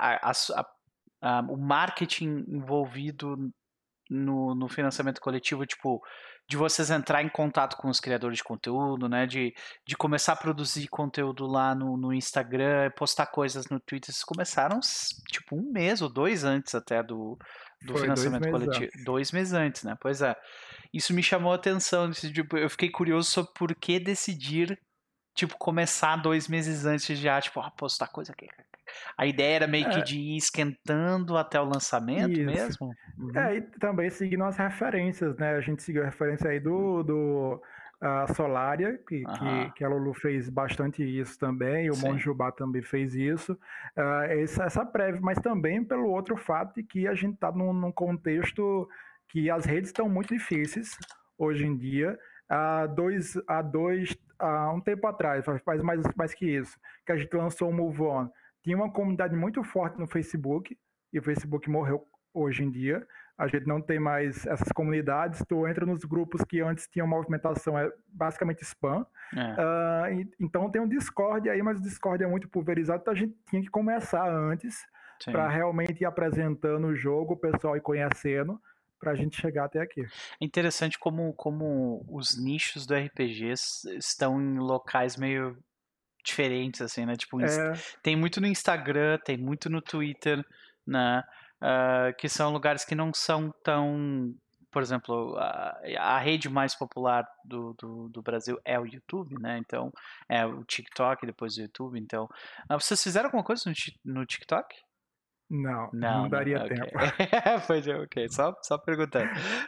o marketing envolvido no financiamento coletivo, tipo, de vocês entrar em contato com os criadores de conteúdo, né? De começar a produzir conteúdo lá no Instagram, postar coisas no Twitter. Vocês começaram, tipo, um mês ou dois antes até do Foi 2 financiamento meses coletivo. antes. 2 meses antes, né? Pois é. Isso me chamou a atenção. Tipo, eu fiquei curioso sobre por que decidir, tipo, começar 2 meses antes já, tipo, postar coisa aqui. A ideia era meio que É, de ir esquentando até o lançamento isso. mesmo? Uhum. E também seguindo as referências, né? A gente seguiu a referência aí do Solaria, Aham, que a Lulu fez bastante isso também, e o sim. Monjubá também fez isso. Essa prévia, mas também pelo outro fato de que a gente está num contexto que as redes estão muito difíceis hoje em dia. há um tempo atrás, faz mais que isso, que a gente lançou o Move On. Tinha uma comunidade muito forte no Facebook, e o Facebook morreu hoje em dia. A gente não tem mais essas comunidades. Tu entra nos grupos que antes tinham movimentação, é basicamente spam. Então tem um Discord aí, mas o Discord é muito pulverizado, então a gente tinha que começar antes para realmente ir apresentando o jogo, o pessoal ir conhecendo, para a gente chegar até aqui. É interessante como os nichos do RPG estão em locais meio diferentes, assim, né? Tipo, tem muito no Instagram, tem muito no Twitter, né? Que são lugares que não são tão... Por exemplo, a rede mais popular do Brasil é o YouTube, né? Então, é o TikTok, depois o YouTube. Então, vocês fizeram alguma coisa no TikTok? Não daria okay. tempo. Pois é, ok, só perguntando.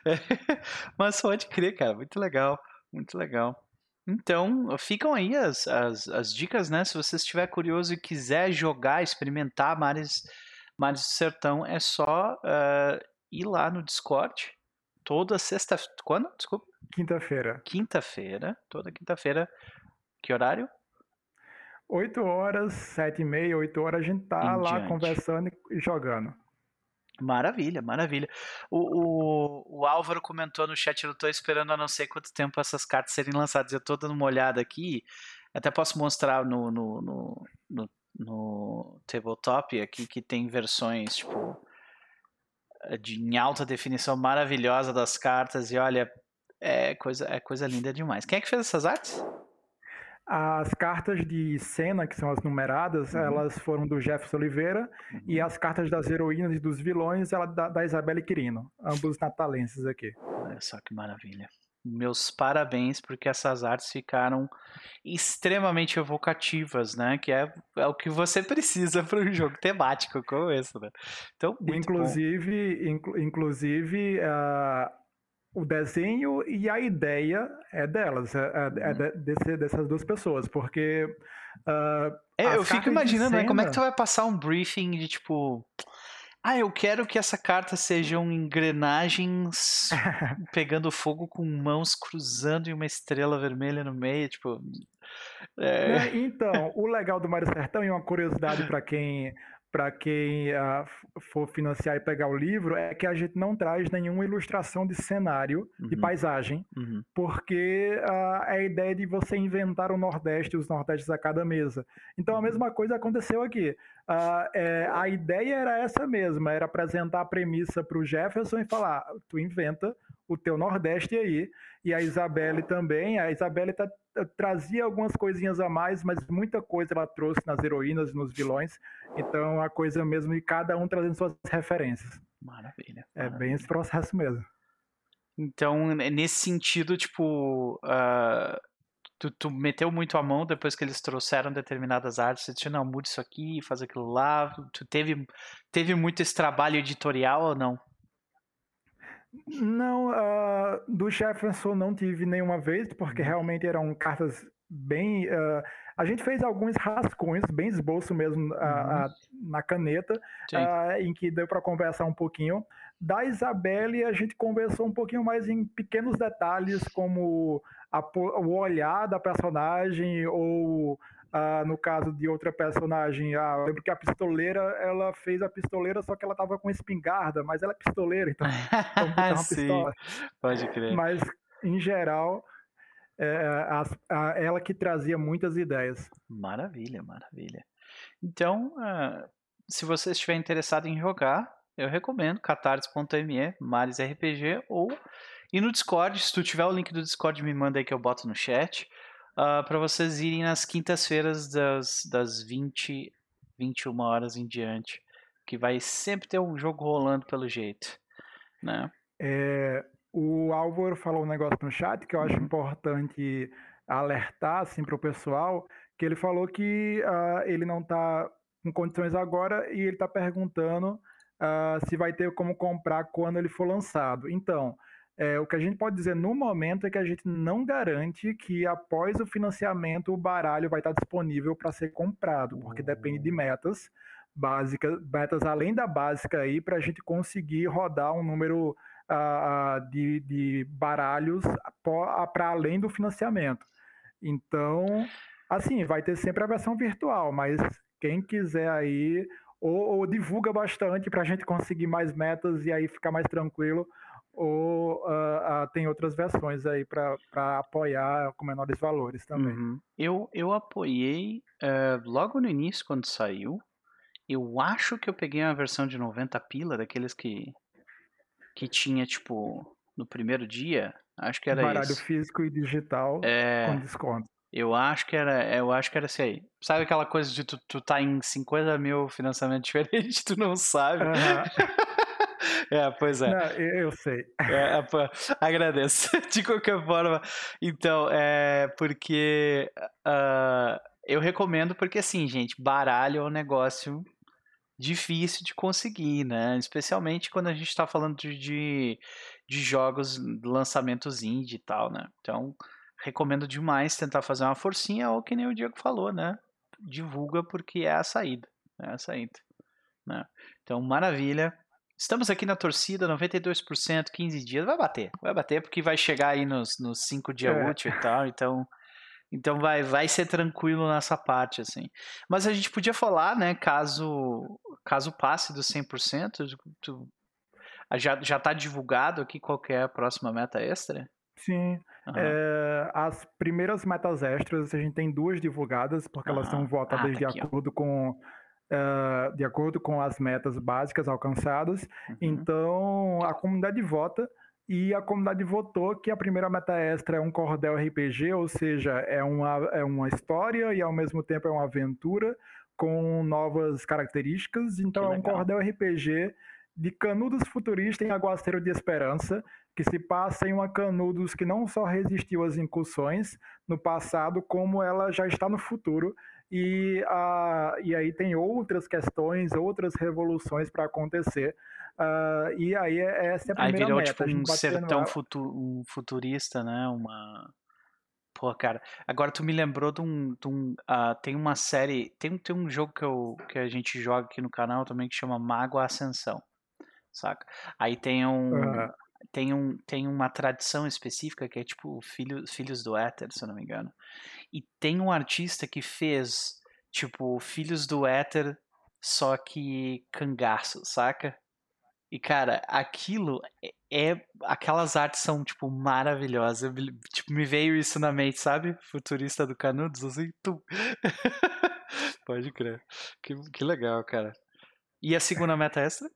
Mas pode crer, cara, muito legal, muito legal. Então, ficam aí as dicas, né? Se você estiver curioso e quiser jogar, experimentar Mares do Sertão, é só ir lá no Discord. Toda sexta... Quando? Desculpa. Quinta-feira. Quinta-feira, toda quinta-feira. Que horário? 8 horas, 7h30, 8 horas, a gente tá lá conversando e jogando. Maravilha, maravilha. O Álvaro comentou no chat, eu tô esperando há não sei quanto tempo essas cartas serem lançadas. Eu tô dando uma olhada aqui, até posso mostrar no tabletop aqui, que tem versões, tipo, em alta definição maravilhosa das cartas, e olha, é coisa linda demais. Quem é que fez essas artes? As cartas de cena, que são as numeradas, elas foram do Jefferson Oliveira, e as cartas das heroínas e dos vilões, da Isabelle Quirino, ambos natalenses aqui. Olha só que maravilha. Meus parabéns, porque essas artes ficaram extremamente evocativas, né? Que é o que você precisa para um jogo temático como esse, né? Então, muito inclusive o desenho e a ideia é delas, dessas duas pessoas, porque eu fico imaginando, né? Como é que tu vai passar um briefing de tipo... eu quero que essa carta sejam engrenagens pegando fogo com mãos cruzando e uma estrela vermelha no meio, tipo... Então, o legal do Mário Sertão, e uma curiosidade para quem for financiar e pegar o livro, é que a gente não traz nenhuma ilustração de cenário, de paisagem, porque é a ideia de você inventar o Nordeste, os Nordestes a cada mesa. Então a mesma coisa aconteceu aqui. A ideia era essa mesma, era apresentar a premissa para o Jefferson e falar, tu inventa o teu Nordeste aí, e a Isabelle também. A Isabelle trazia algumas coisinhas a mais, mas muita coisa ela trouxe nas heroínas e nos vilões, então a coisa mesmo, e cada um trazendo suas referências. Maravilha. É bem esse processo mesmo. Então, nesse sentido, tipo, tu meteu muito a mão depois que eles trouxeram determinadas artes, você disse, não, muda isso aqui, faz aquilo lá, tu teve muito esse trabalho editorial ou não? Não, do Jefferson não tive nenhuma vez, porque realmente eram cartas bem... a gente fez alguns rascunhos, bem esboço mesmo, na caneta, em que deu para conversar um pouquinho. Da Isabelle, a gente conversou um pouquinho mais em pequenos detalhes, como o olhar da personagem, ou... no caso de outra personagem, eu lembro que a pistoleira, ela fez a pistoleira, só que ela tava com espingarda, mas ela é pistoleira, então vamos botar uma pistola. Pode crer. Mas, em geral, ela que trazia muitas ideias. Maravilha, maravilha. Então, se você estiver interessado em jogar, eu recomendo catarse.me, Mares RPG, ou ir no Discord. Se tu tiver o link do Discord, me manda aí que eu boto no chat. Para vocês irem nas quintas-feiras das 20, 21 horas em diante, que vai sempre ter um jogo rolando pelo jeito, né? O Álvaro falou um negócio no chat que eu acho importante alertar assim, para o pessoal, que ele falou que ele não está com condições agora e ele está perguntando se vai ter como comprar quando ele for lançado. Então, o que a gente pode dizer no momento é que a gente não garante que após o financiamento o baralho vai estar disponível para ser comprado, porque depende de metas, básicas, metas além da básica aí, para a gente conseguir rodar um número de baralhos para além do financiamento. Então, assim, vai ter sempre a versão virtual, mas quem quiser aí, ou divulga bastante para a gente conseguir mais metas e aí ficar mais tranquilo, ou tem outras versões aí para apoiar com menores valores também. Uhum. Eu apoiei logo no início, quando saiu. Eu acho que eu peguei uma versão de 90 pila, daqueles que tinha, tipo, no primeiro dia. Acho que era Baralho isso. físico e digital com É, desconto. eu acho que era esse aí. Sabe aquela coisa de tu tá em 50 mil financiamentos diferentes, tu não sabe? Aham. Pois é. Não, eu sei. Pô, agradeço. De qualquer forma, então, porque eu recomendo porque, assim, gente, baralho é um negócio difícil de conseguir, né? Especialmente quando a gente está falando de jogos, lançamentos indie e tal, né? Então, recomendo demais tentar fazer uma forcinha ou que nem o Diego falou, né? Divulga porque é a saída, é a saída, né? Então, maravilha. Estamos aqui na torcida, 92%, 15 dias. Vai bater porque vai chegar aí nos 5 dias É, úteis e tal, então vai ser tranquilo nessa parte, assim. Mas a gente podia falar, né, caso passe dos 100%, já tá divulgado aqui qual que é a próxima meta extra? sim. Aham, As primeiras metas extras, a gente tem duas divulgadas, porque elas são aham. Ah, votadas tá aqui, ó. de acordo com as metas básicas alcançadas. Uhum. Então, a comunidade vota e a comunidade votou que a primeira meta extra é um cordel RPG, ou seja, é uma história e ao mesmo tempo é uma aventura com novas características. Que Então, é um legal. cordel RPG de Canudos futurista em Aguaceiro de Esperança, que se passa em uma Canudos que não só resistiu às incursões no passado, como ela já está no futuro. E aí tem outras questões, outras revoluções para acontecer. E aí essa é a Aí primeira virou tipo meta. A gente um batendo sertão ela. um futurista, né? Pô, cara, agora tu me lembrou tem uma série, tem um jogo que a gente joga aqui no canal também que chama Mago Ascensão, saca? Aí tem uma tradição específica que é tipo Filhos do Éter, se eu não me engano. E tem um artista que fez tipo Filhos do Éter, só que cangaço, saca? E, cara, aquilo aquelas artes são, tipo, maravilhosas. Tipo, me veio isso na mente, sabe? Futurista do Canudos, assim, tum. Pode crer. Que legal, cara. E a segunda meta extra?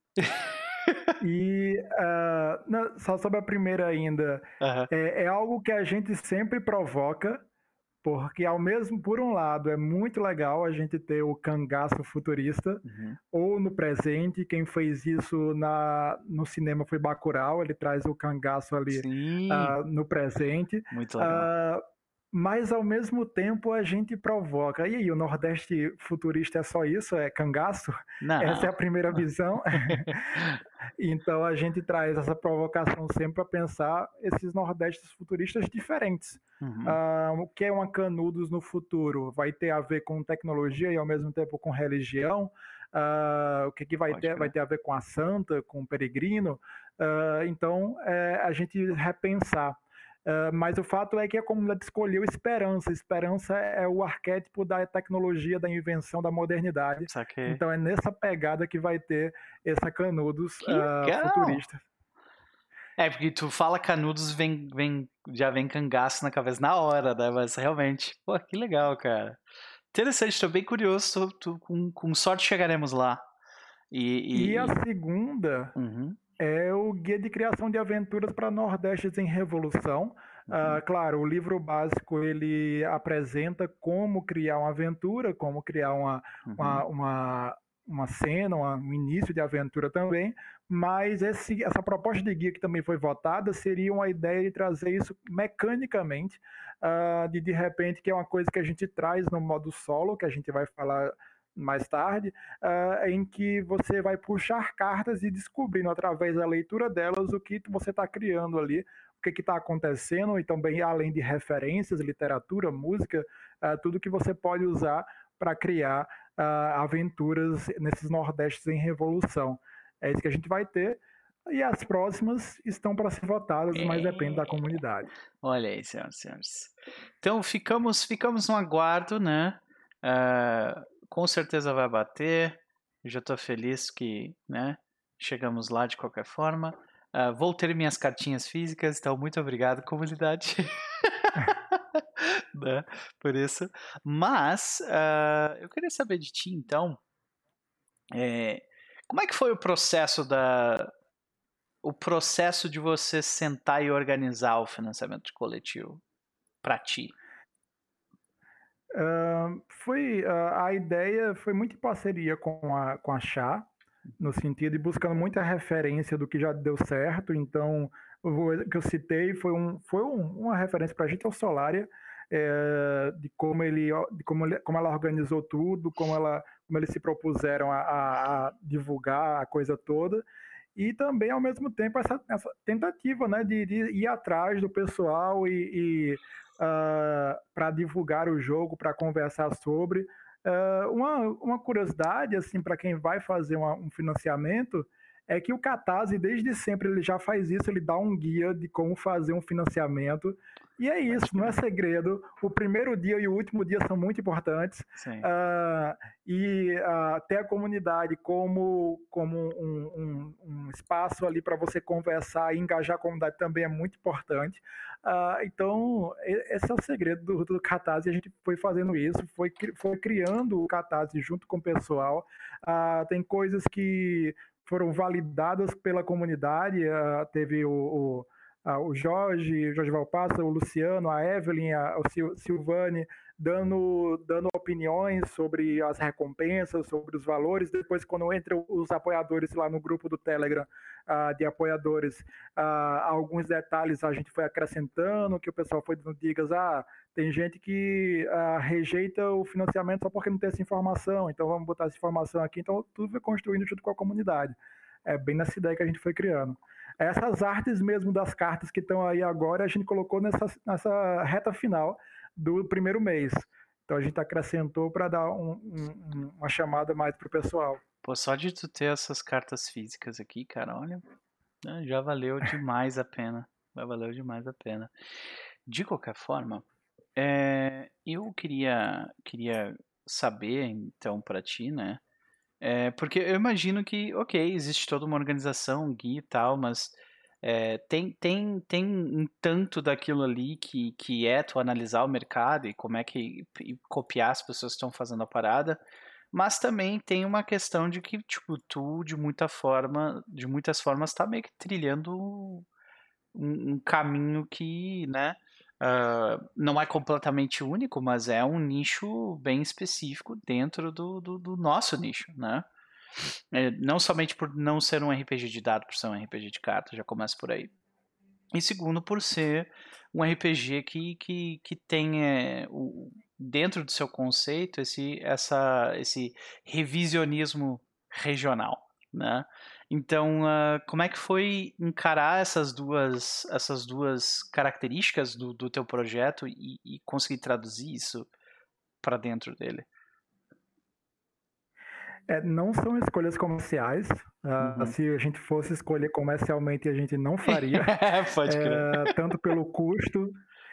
Só sobre a primeira ainda, Aham. é algo que a gente sempre provoca, porque por um lado, é muito legal a gente ter o cangaço futurista, Uhum. ou no presente, quem fez isso no cinema foi Bacurau, ele traz o cangaço ali Sim, no presente, muito legal. uh, mas ao mesmo tempo a gente provoca. E aí, o Nordeste futurista é só isso? É cangaço? Essa é Não. a primeira visão. Então a gente traz essa provocação sempre para pensar esses Nordestes futuristas diferentes. Uhum. O que é uma Canudos no futuro? Vai ter a ver com tecnologia e ao mesmo tempo com religião? O que vai Pode ter? Vai crer. ter a ver com a santa, com o peregrino? Então, a gente repensar. Mas o fato é que a comunidade escolheu esperança. Esperança é o arquétipo da tecnologia, da invenção, da modernidade. Saquei. Então é nessa pegada que vai ter essa Canudos Que legal! futurista. Porque tu fala Canudos, já vem cangaço na cabeça na hora, né? Mas realmente, pô, que legal, cara. Interessante, tô bem curioso. Com sorte chegaremos lá. E a E, e- segunda Uhum, é o Guia de Criação de Aventuras para Nordestes em Revolução. uhum, Claro, o livro básico ele apresenta como criar uma aventura, como criar uhum. uma, uma, uma cena, um início de aventura também, mas essa proposta de guia que também foi votada seria uma ideia de trazer isso mecanicamente, de repente, que é uma coisa que a gente traz no modo solo, que a gente vai falar mais tarde, em que você vai puxar cartas e descobrindo através da leitura delas o que você está criando ali, o que está acontecendo, e também além de referências, literatura, música, tudo que você pode usar para criar aventuras nesses Nordestes em Revolução. É isso que a gente vai ter. E as próximas estão para ser votadas, mas depende da comunidade. Olha aí, senhoras e senhores. Então ficamos no aguardo, né? Com certeza vai bater. Eu já estou feliz que, né, chegamos lá de qualquer forma. Vou ter minhas cartinhas físicas, então muito obrigado, comunidade. Né, por isso. Mas eu queria saber de ti, então, como é que foi o processo de você sentar e organizar o financiamento coletivo para ti? A ideia foi muito em parceria com a Chá, no sentido de buscando muita referência do que já deu certo. Então, o que eu citei foi uma referência para a gente, é o Solária, de como ela organizou tudo, como eles se propuseram a divulgar a coisa toda. E também, ao mesmo tempo, essa tentativa, né, de ir atrás do pessoal para divulgar o jogo, para conversar sobre. Uma curiosidade, assim, para quem vai fazer um financiamento, é que o Catarse, desde sempre, ele já faz isso, ele dá um guia de como fazer um financiamento. E é isso, não é segredo. O primeiro dia e o último dia são muito importantes. Sim. Ter a comunidade como um espaço ali para você conversar e engajar a comunidade também é muito importante. Então, esse é o segredo do Catarse. A gente foi fazendo isso, foi criando o Catarse junto com o pessoal. Tem coisas que foram validadas pela comunidade. Teve o Jorge Valpassa, o Luciano, a Evelyn, o Silvane, dando opiniões sobre as recompensas, sobre os valores. Depois, quando entram os apoiadores lá no grupo do Telegram de apoiadores, alguns detalhes a gente foi acrescentando, que o pessoal foi dando dicas. Tem gente que rejeita o financiamento só porque não tem essa informação, então vamos botar essa informação aqui. Então, tudo foi construindo junto com a comunidade. É bem nessa ideia que a gente foi criando. Essas artes mesmo das cartas que estão aí agora, a gente colocou nessa reta final do primeiro mês. Então a gente acrescentou para dar uma chamada mais pro pessoal. Pô, só de tu ter essas cartas físicas aqui, cara, olha, né, já valeu demais a pena. Já valeu demais a pena. De qualquer forma, eu queria saber, então, para ti, né? Porque eu imagino que, ok, existe toda uma organização, um guia e tal, mas tem um tanto daquilo ali que é tu analisar o mercado e como é que e copiar as pessoas que estão fazendo a parada, mas também tem uma questão de que, tipo, tu, de muitas formas, tá meio que trilhando um caminho que, né, não é completamente único, mas é um nicho bem específico dentro do nosso nicho, né? Não somente por não ser um RPG de dado, por ser um RPG de cartas, já começa por aí. E segundo, por ser um RPG que tem dentro do seu conceito esse revisionismo regional, né? Então, como é que foi encarar essas duas características do teu projeto e conseguir traduzir isso para dentro dele? Não são escolhas comerciais. Uhum. Se a gente fosse escolher comercialmente, a gente não faria. Pode crer. Tanto pelo custo.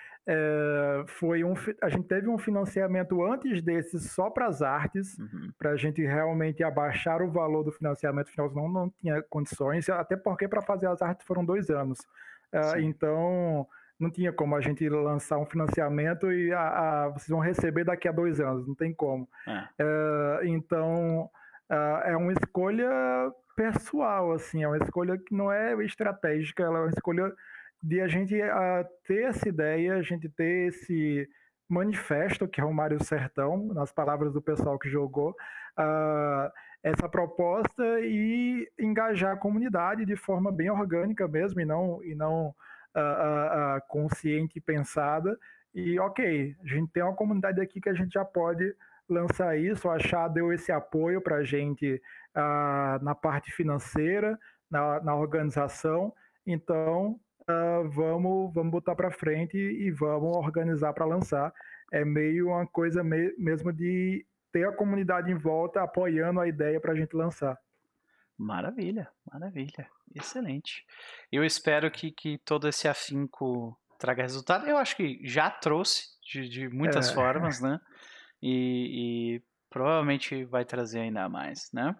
A gente teve um financiamento antes desse só para as artes, para a gente realmente abaixar o valor do financiamento, afinal não tinha condições, até porque para fazer as artes foram 2 anos. Então não tinha como a gente lançar um financiamento e vocês vão receber daqui a 2 anos, não tem como. Então é uma escolha pessoal, assim, é uma escolha que não é estratégica, ela é uma escolha de a gente ter essa ideia, a gente ter esse manifesto, que é o Mário Sertão, nas palavras do pessoal que jogou, essa proposta e engajar a comunidade de forma bem orgânica mesmo, e não consciente e pensada. E ok, a gente tem uma comunidade aqui que a gente já pode lançar isso. A Chá deu esse apoio para a gente na parte financeira, na organização. Então, vamos botar para frente e vamos organizar para lançar. É meio uma coisa mesmo de ter a comunidade em volta apoiando a ideia para a gente lançar. Maravilha, maravilha. Excelente. Eu espero que todo esse afinco traga resultado. Eu acho que já trouxe de muitas É, formas, né? E provavelmente vai trazer ainda mais, né?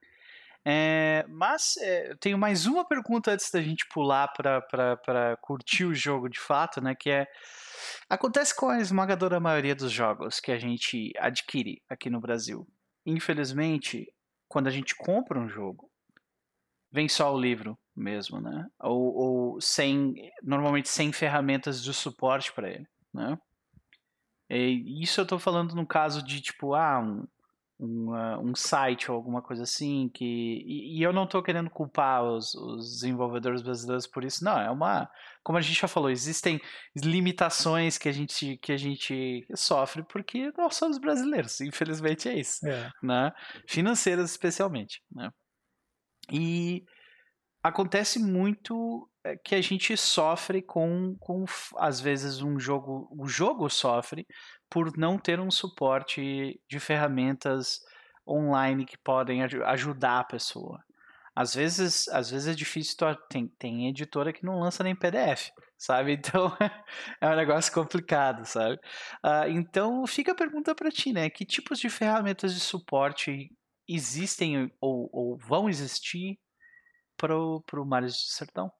Mas eu tenho mais uma pergunta antes da gente pular para curtir o jogo de fato, né? Que acontece com a esmagadora maioria dos jogos que a gente adquire aqui no Brasil. Infelizmente, quando a gente compra um jogo, vem só o livro mesmo, né? Ou normalmente sem ferramentas de suporte para ele, né? E isso eu tô falando no caso de tipo, um site ou alguma coisa assim, e eu não estou querendo culpar os desenvolvedores brasileiros por isso, não, como a gente já falou, existem limitações que a gente sofre porque nós somos brasileiros, infelizmente é isso, é. né? Financeiras especialmente, né? E acontece muito que a gente sofre com às vezes o jogo sofre por não ter um suporte de ferramentas online que podem ajudar a pessoa. Às vezes é difícil, tem editora que não lança nem PDF, sabe? Então é um negócio complicado, sabe? Então fica a pergunta para ti, né? Que tipos de ferramentas de suporte existem ou vão existir pro Mares do Sertão?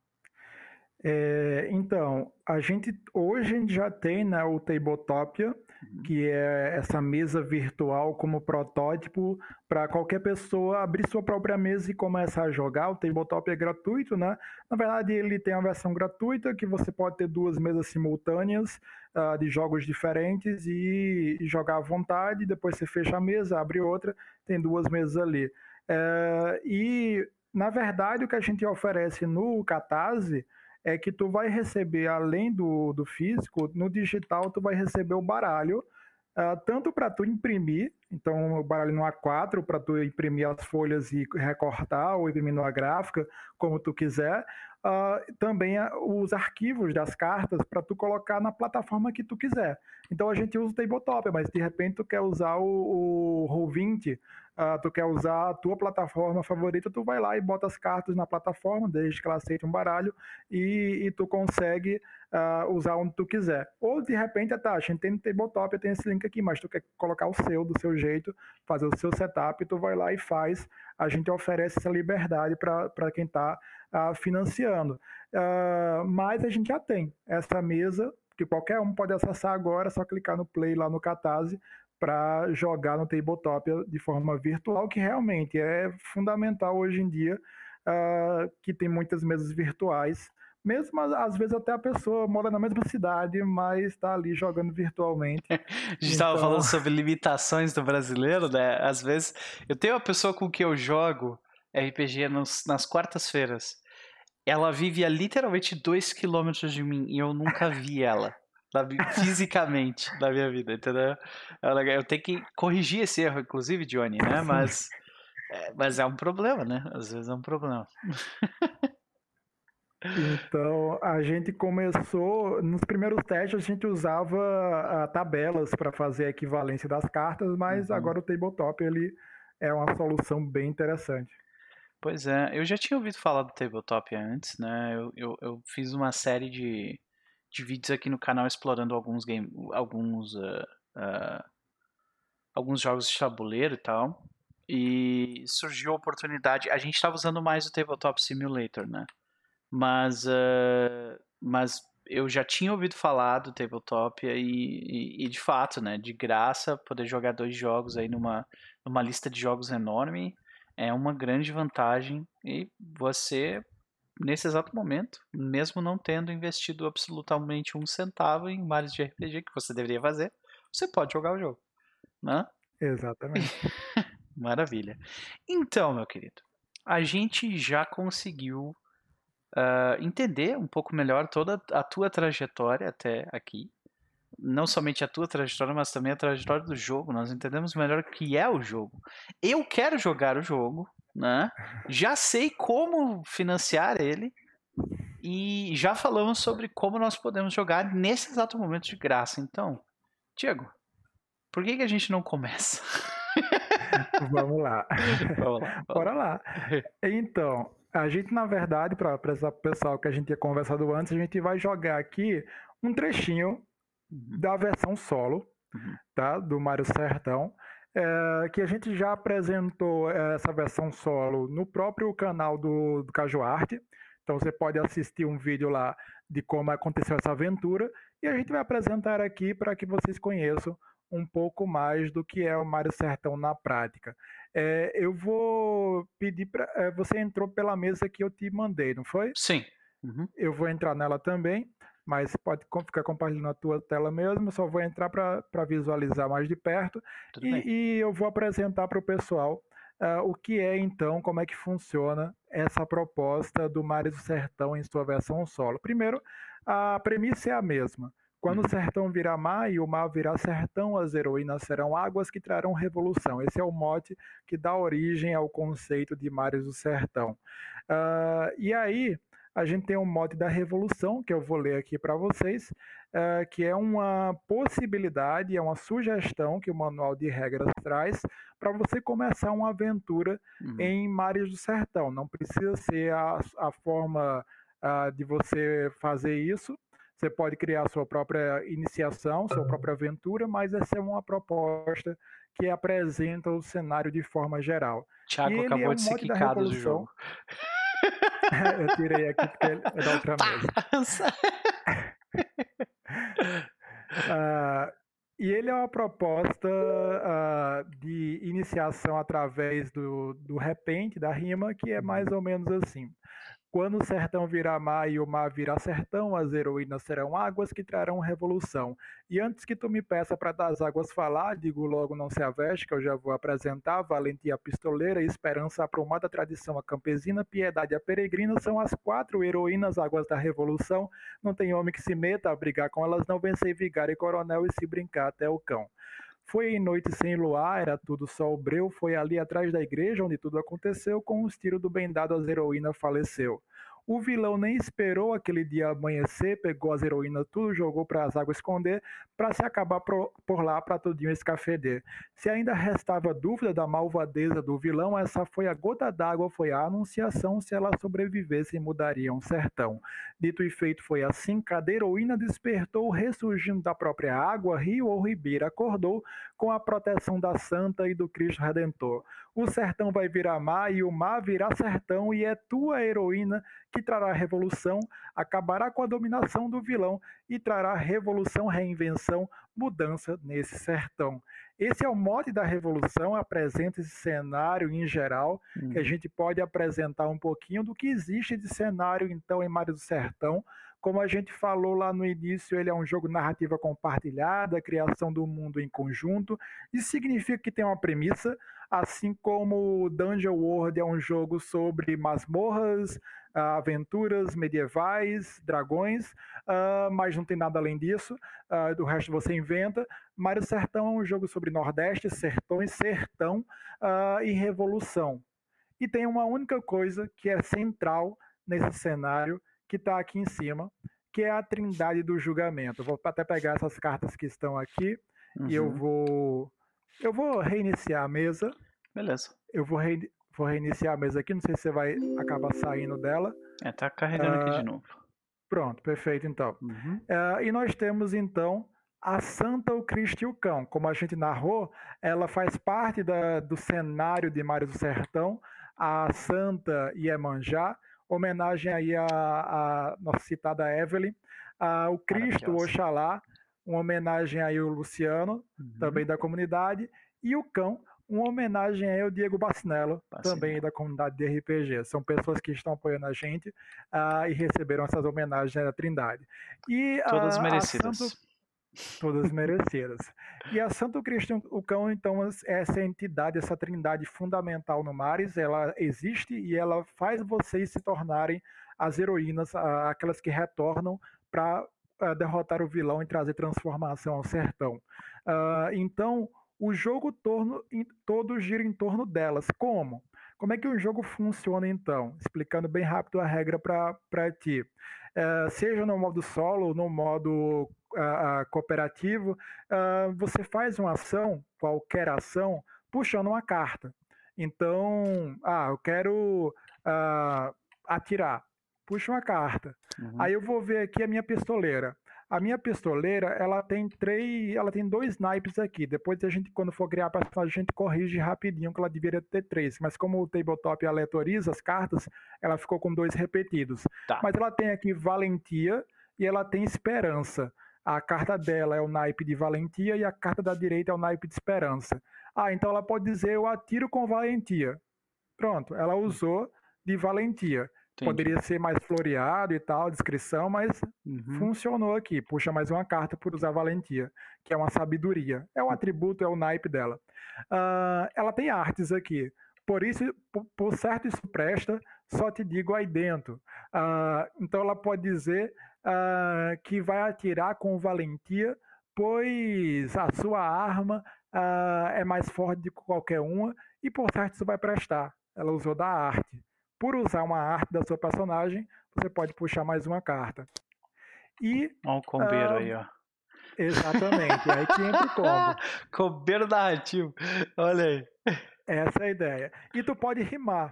Então, hoje a gente já tem, né, o Tabletopia, Uhum. que é essa mesa virtual como protótipo para qualquer pessoa abrir sua própria mesa e começar a jogar. O Tabletopia é gratuito, né? Na verdade, ele tem a versão gratuita que você pode ter duas mesas simultâneas de jogos diferentes e jogar à vontade. Depois você fecha a mesa, abre outra, tem duas mesas ali. E na verdade, o que a gente oferece no Catarse é que tu vai receber, além do físico, no digital tu vai receber o baralho, tanto para tu imprimir, então o baralho no A4, para tu imprimir as folhas e recortar, ou imprimir numa gráfica, como tu quiser. Também os arquivos das cartas para tu colocar na plataforma que tu quiser. Então a gente usa o Tabletop, mas de repente tu quer usar o Roll20, tu quer usar a tua plataforma favorita, tu vai lá e bota as cartas na plataforma, desde que ela aceite um baralho, e tu consegue usar onde tu quiser. Ou de repente, a gente tem no Tabletop, tem esse link aqui, mas tu quer colocar o seu, do seu jeito, fazer o seu setup, tu vai lá e faz. A gente oferece essa liberdade para quem está financiando. Mas a gente já tem essa mesa que qualquer um pode acessar agora, é só clicar no play lá no Catarse para jogar no Tabletop de forma virtual, que realmente é fundamental hoje em dia, que tem muitas mesas virtuais. Mesmo às vezes até a pessoa mora na mesma cidade, mas está ali jogando virtualmente. A gente estava Então, falando sobre limitações do brasileiro, né? Às vezes, eu tenho uma pessoa com quem eu jogo RPG nas quartas-feiras. Ela vive a literalmente 2 km de mim e eu nunca vi ela, sabe, fisicamente na minha vida, entendeu? Eu tenho que corrigir esse erro, inclusive, Johnny, né? sim. Mas é um problema, né? Às vezes é um problema. Então, a gente começou, nos primeiros testes, a gente usava tabelas para fazer a equivalência das cartas, mas Uhum. agora o Tabletop ele é uma solução bem interessante. Pois é, eu já tinha ouvido falar do Tabletop antes, né? Eu fiz uma série de vídeos aqui no canal explorando alguns jogos de tabuleiro e tal. E surgiu a oportunidade. A gente estava usando mais o Tabletop Simulator, né? Mas eu já tinha ouvido falar do Tabletop e de fato, né? De graça, poder jogar 2 jogos aí numa lista de jogos enorme é uma grande vantagem. E você, nesse exato momento, mesmo não tendo investido absolutamente um centavo em mares de RPG que você deveria fazer, você pode jogar o jogo, né? Exatamente. Maravilha. Então, meu querido, a gente já conseguiu entender um pouco melhor toda a tua trajetória até aqui. Não somente a tua trajetória, mas também a trajetória do jogo. Nós entendemos melhor o que é o jogo. Eu quero jogar o jogo, né? Já sei como financiar ele e já falamos sobre como nós podemos jogar nesse exato momento de graça. Então, Diego, Por que a gente não começa? Vamos lá. Vamos lá, vamos Bora lá. lá. Então, a gente, na verdade, para o pessoal que a gente tinha conversado antes, a gente vai jogar aqui um trechinho Uhum, da versão solo, uhum, tá? Do Mario Sertão, que a gente já apresentou essa versão solo no próprio canal do Caju Arte. Então você pode assistir um vídeo lá de como aconteceu essa aventura e a gente vai apresentar aqui para que vocês conheçam um pouco mais do que é o Mario Sertão na prática. Eu vou pedir para você entrou pela mesa que eu te mandei, não foi? Sim. Uhum, Eu vou entrar nela também, mas pode ficar compartilhando a tua tela mesmo. Eu só vou entrar para visualizar mais de perto tudo bem. e eu vou apresentar para o pessoal o que é então, como é que funciona essa proposta do Mares do Sertão em sua versão solo. Primeiro, a premissa é a mesma. Quando o Uhum, sertão virar mar e o mar virar sertão, as heroínas serão águas que trarão revolução. Esse é o mote que dá origem ao conceito de Mares do Sertão. E aí, a gente tem um mote da revolução, que eu vou ler aqui para vocês, que é uma possibilidade, é uma sugestão que o Manual de Regras traz para você começar uma aventura uhum. em Mares do Sertão. Não precisa ser a forma de você fazer isso. Você pode criar a sua própria iniciação, sua própria aventura, mas essa é uma proposta que apresenta o cenário de forma geral. E Thiago ele é acabou um de ser mote da quicado do revolução. jogo. Eu tirei aqui porque é da outra Pá! mesa. Ah, e ele é uma proposta de iniciação através do repente, da rima, que é mais Uhum. ou menos assim. Quando o sertão virar mar e o mar virar sertão, as heroínas serão águas que trarão revolução. E antes que tu me peça para das águas falar, digo logo não se aveste, que eu já vou apresentar, valentia a pistoleira, esperança a aprumada, tradição a campesina, piedade a peregrina, são as 4 heroínas águas da revolução. Não tem homem que se meta a brigar com elas, não vencer vigário e coronel e se brincar até o cão. Foi em noite sem luar, era tudo sol breu, foi ali atrás da igreja onde tudo aconteceu, com os tiros do bendado as heroínas faleceu. O vilão nem esperou aquele dia amanhecer, pegou as heroínas tudo, jogou para as águas esconder, para se acabar por lá para tudinho escafeder. Se ainda restava dúvida da malvadeza do vilão, essa foi a gota d'água, foi a anunciação, se ela sobrevivesse mudaria um sertão. Dito e feito foi assim, cada heroína despertou, ressurgindo da própria água, rio ou ribeira, acordou, com a proteção da Santa e do Cristo Redentor. O sertão vai virar mar e o mar virá sertão, e é tua heroína que trará revolução, acabará com a dominação do vilão e trará revolução, reinvenção, mudança nesse sertão. Esse é o mote da revolução, apresenta esse cenário em geral, que a Uhum. gente pode apresentar um pouquinho do que existe de cenário então em Mares do Sertão. Como a gente falou lá no início, ele é um jogo narrativa compartilhada, criação do mundo em conjunto. Isso significa que tem uma premissa, assim como Dungeon World é um jogo sobre masmorras, aventuras medievais, dragões, mas não tem nada além disso. Do resto você inventa. Mario Sertão é um jogo sobre Nordeste, sertões, sertão e revolução. E tem uma única coisa que é central nesse cenário, que está aqui em cima, que é a trindade do julgamento. Eu vou até pegar essas cartas que estão aqui e Uhum. eu vou reiniciar a mesa. Beleza. Eu vou reiniciar a mesa aqui, não sei se você vai acabar saindo dela. Tá carregando aqui de novo. Pronto, perfeito então. Uhum. E nós temos então a Santa, o Cristo e o Cão. Como a gente narrou, ela faz parte do cenário de Mares do Sertão, a Santa Iemanjá, homenagem aí à nossa citada Evelyn, o Cristo, Maravilhosa. Oxalá, uma homenagem aí ao Luciano, Uhum. também da comunidade, e o Cão, uma homenagem aí ao Diego Bacinello, também da comunidade de RPG. São pessoas que estão apoiando a gente e receberam essas homenagens da Trindade. E Todas a merecidas. Santo, todas merecidas. E a Santo Cristo o Cão, então, essa entidade, essa trindade fundamental no Mares, ela existe e ela faz vocês se tornarem as heroínas, aquelas que retornam para derrotar o vilão e trazer transformação ao sertão. Então, o jogo todo gira em torno delas. Como? Como é que o jogo funciona então? Explicando bem rápido a regra para ti. Seja no modo solo, no modo cooperativo, você faz uma ação, qualquer ação, puxando uma carta. Então, eu quero atirar. Puxa uma carta. Aí eu vou ver aqui a minha pistoleira. A minha pistoleira, ela tem dois naipes aqui. Depois a gente, quando for criar a personagem, a gente corrige rapidinho que ela deveria ter três. Mas como o tabletop aleatoriza as cartas, ela ficou com dois repetidos. Tá. Mas ela tem aqui valentia e ela tem esperança. A carta dela é o naipe de valentia e a carta da direita é o naipe de esperança. Então ela pode dizer eu atiro com valentia. Pronto, ela usou de valentia. Entendi. Poderia ser mais floreado e tal, descrição, mas funcionou aqui. Puxa mais uma carta por usar valentia, que é uma sabedoria. É um atributo, é o naipe dela. Ela tem artes aqui. Por isso, por certo isso presta, só te digo aí dentro. Então ela pode dizer que vai atirar com valentia, pois a sua arma é mais forte do que qualquer uma, e por certo isso vai prestar. Ela usou da arte. Por usar uma arte da sua personagem, você pode puxar mais uma carta. E olha o combeiro aí, ó. Exatamente, aí que entra o combo. Combeiro narrativo, olha aí. Essa é a ideia. E tu pode rimar.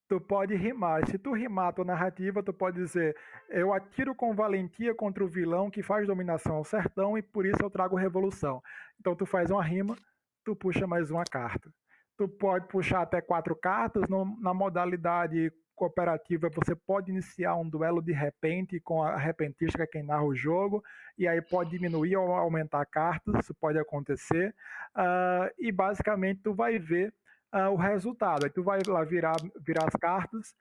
Se tu rimar a tua narrativa, tu pode dizer: eu atiro com valentia contra o vilão que faz dominação ao sertão e por isso eu trago revolução. Então tu faz uma rima, tu puxa mais uma carta. Tu pode puxar até 4 cartas. Na modalidade cooperativa, você pode iniciar um duelo de repente com a repentista, que é quem narra o jogo, e aí pode diminuir ou aumentar cartas, isso pode acontecer. E basicamente tu vai ver o resultado. Aí tu vai lá virar as cartas.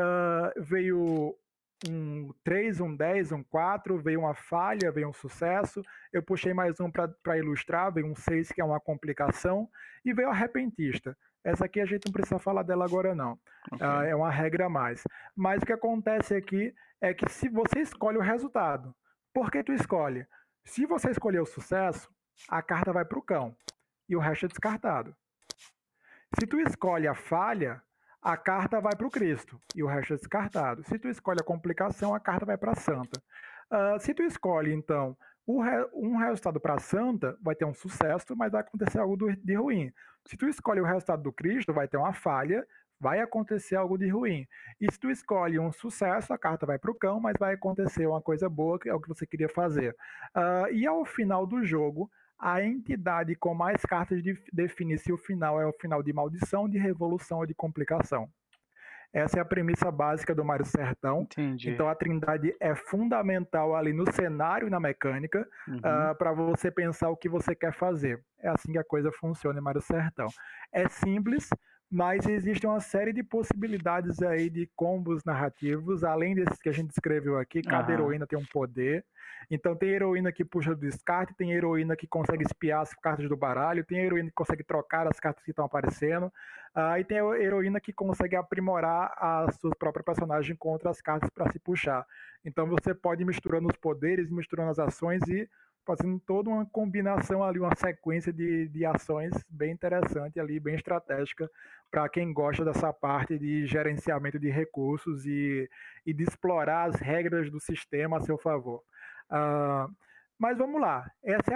Veio um 3, um 10, um 4, veio uma falha, veio um sucesso. Eu puxei mais um para ilustrar, veio um 6, que é uma complicação, e veio a repentista. Essa aqui a gente não precisa falar dela agora, não. É uma regra a mais. Mas o que acontece aqui é que se você escolhe o resultado, por que tu escolhe? Se você escolher o sucesso, a carta vai para o cão e o resto é descartado. Se tu escolhe a falha, a carta vai para o Cristo e o resto é descartado. Se tu escolhe a complicação, a carta vai para a Santa. Se tu escolhe, então, um resultado para a Santa, vai ter um sucesso, mas vai acontecer algo de ruim. Se tu escolhe o resultado do Cristo, vai ter uma falha, vai acontecer algo de ruim. E se tu escolhe um sucesso, a carta vai para o cão, mas vai acontecer uma coisa boa, que é o que você queria fazer. E ao final do jogo, a entidade com mais cartas define se o final é o final de maldição, de revolução ou de complicação. Essa é a premissa básica do Mário Sertão. Entendi. Então a trindade é fundamental ali no cenário e na mecânica, para você pensar o que você quer fazer. É assim que a coisa funciona em Mário Sertão. É simples, mas existe uma série de possibilidades aí de combos narrativos, além desses que a gente descreveu aqui. Cada heroína tem um poder. Então tem heroína que puxa do descarte, tem heroína que consegue espiar as cartas do baralho, tem heroína que consegue trocar as cartas que estão aparecendo, e tem heroína que consegue aprimorar a sua própria personagem contra as cartas para se puxar. Então você pode ir misturando os poderes, misturando as ações e fazendo toda uma combinação ali, uma sequência de ações bem interessante ali, bem estratégica para quem gosta dessa parte de gerenciamento de recursos e de explorar as regras do sistema a seu favor. Mas vamos lá, essa é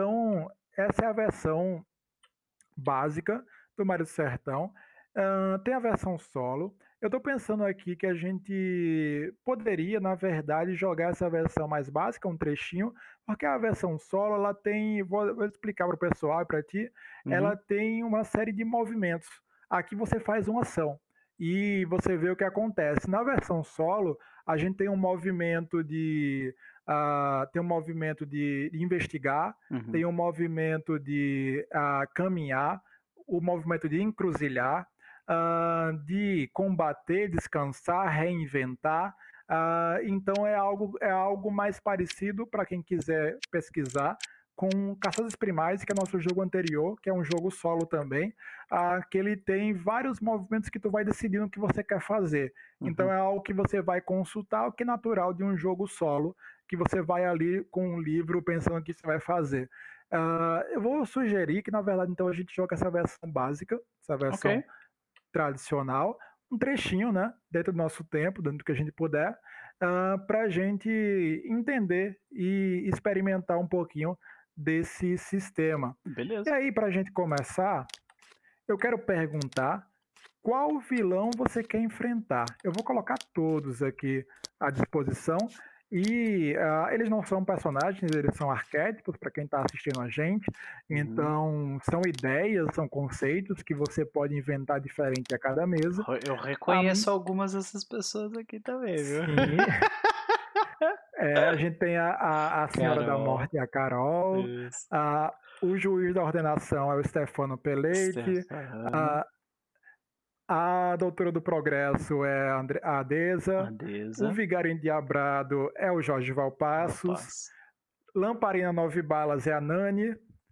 a versão básica do Mário do Sertão. Tem a versão solo. Eu estou pensando aqui que a gente poderia, na verdade, jogar essa versão mais básica, um trechinho, porque a versão solo, ela tem, vou explicar para o pessoal e para ti, ela tem uma série de movimentos. Aqui você faz uma ação e você vê o que acontece. Na versão solo, a gente tem um movimento de investigar, tem um movimento de caminhar, o movimento de encruzilhar, de combater, descansar, reinventar. Então é algo mais parecido, para quem quiser pesquisar, com Caçadas Primais, que é nosso jogo anterior, que é um jogo solo também, que ele tem vários movimentos que tu vai decidindo o que você quer fazer. Então é algo que você vai consultar, o que é natural de um jogo solo, que você vai ali com um livro pensando o que você vai fazer. Eu vou sugerir que, na verdade, então a gente joga essa versão básica, essa versão tradicional, um trechinho, né, dentro do nosso tempo, dentro do que a gente puder, para a gente entender e experimentar um pouquinho desse sistema. E Beleza. aí, para a gente começar, eu quero perguntar qual vilão você quer enfrentar. Eu vou colocar todos aqui à disposição. E eles não são personagens, eles são arquétipos para quem está assistindo a gente. Então, são ideias, são conceitos que você pode inventar diferente a cada mesa. Eu reconheço algumas dessas pessoas aqui também, viu? Sim. A gente tem a Senhora da Carol. Morte, a Carol. Isso. O juiz da ordenação é o Stefano Peletti. A doutora do progresso é a Adesa. O vigário endiabrado é o Jorge Valpassos. Lamparina Nove Balas é a Nani.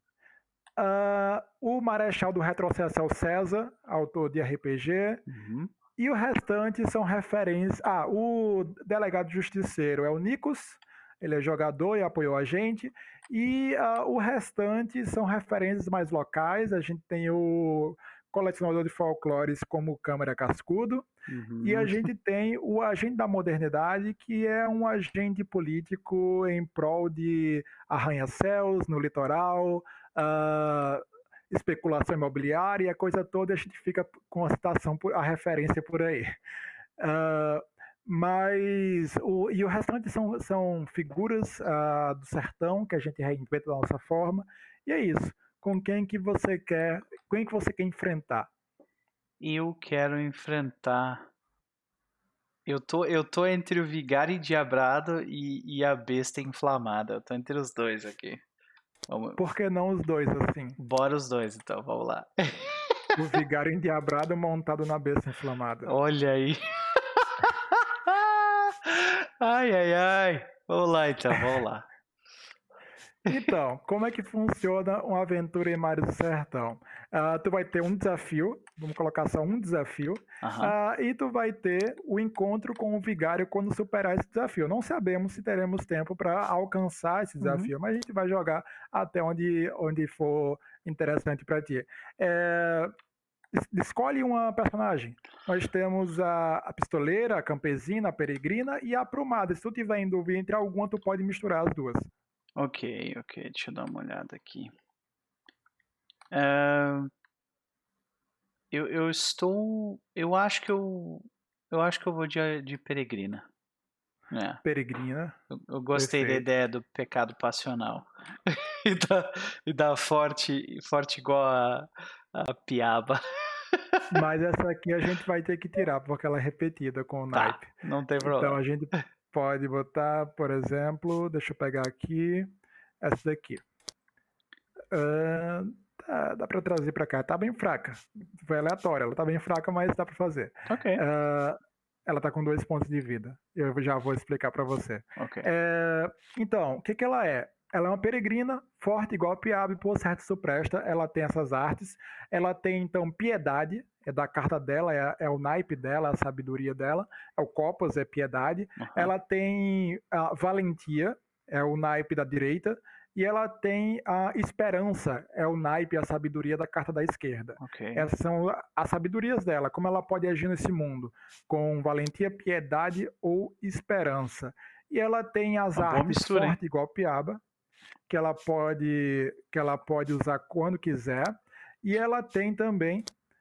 O marechal do retrocesso é o César, autor de RPG. E o restante são referências. O delegado justiceiro é o Nikos. Ele é jogador e apoiou a gente. E o restante são referências mais locais. A gente tem o colecionador de folclores como Câmara Cascudo. E a gente tem o agente da modernidade, que é um agente político em prol de arranha-céus no litoral, especulação imobiliária, a coisa toda, a gente fica com a citação, a referência por aí. Mas o restante são figuras do sertão que a gente reinventa da nossa forma. E é isso. Com quem que você quer enfrentar? Eu quero enfrentar. Eu tô entre o vigário endiabrado e a besta inflamada. Eu tô entre os dois aqui. Por que não os dois assim? Bora os dois então, vamos lá. O vigário endiabrado montado na besta inflamada. Olha aí. Ai. Vamos lá então, vamos lá. Então, como é que funciona uma aventura em Mares do Sertão? Tu vai ter um desafio, vamos colocar só um desafio, e tu vai ter o encontro com o vigário quando superar esse desafio. Não sabemos se teremos tempo para alcançar esse desafio, mas a gente vai jogar até onde for interessante para ti. Escolhe uma personagem. Nós temos a pistoleira, a campesina, a peregrina e a aprumada. Se tu tiver em dúvida entre alguma, tu pode misturar as duas. Ok, deixa eu dar uma olhada aqui. Eu acho que eu vou de peregrina. Peregrina. Eu gostei da ideia do pecado passional. e da forte igual a piaba. Mas essa aqui a gente vai ter que tirar, porque ela é repetida com o naipe. Não tem problema. Então a gente pode botar, por exemplo, deixa eu pegar aqui, essa daqui. Dá pra trazer pra cá. Tá bem fraca. Foi aleatória. Ela tá bem fraca, mas dá pra fazer. Ok. Ela tá com 2 pontos de vida. Eu já vou explicar pra você. Ok. Então, o que ela é? Ela é uma peregrina, forte igual a piaba e por certo isso presta. Ela tem essas artes. Ela tem, então, piedade. É da carta dela, é o naipe dela, a sabedoria dela. É o copas, é piedade. Ela tem a valentia, é o naipe da direita. E ela tem a esperança, é o naipe, a sabedoria da carta da esquerda. Okay. Essas são as sabedorias dela, como ela pode agir nesse mundo, com valentia, piedade ou esperança. E ela tem as artes fortes, igual Piaba, que ela pode usar quando quiser. E ela tem também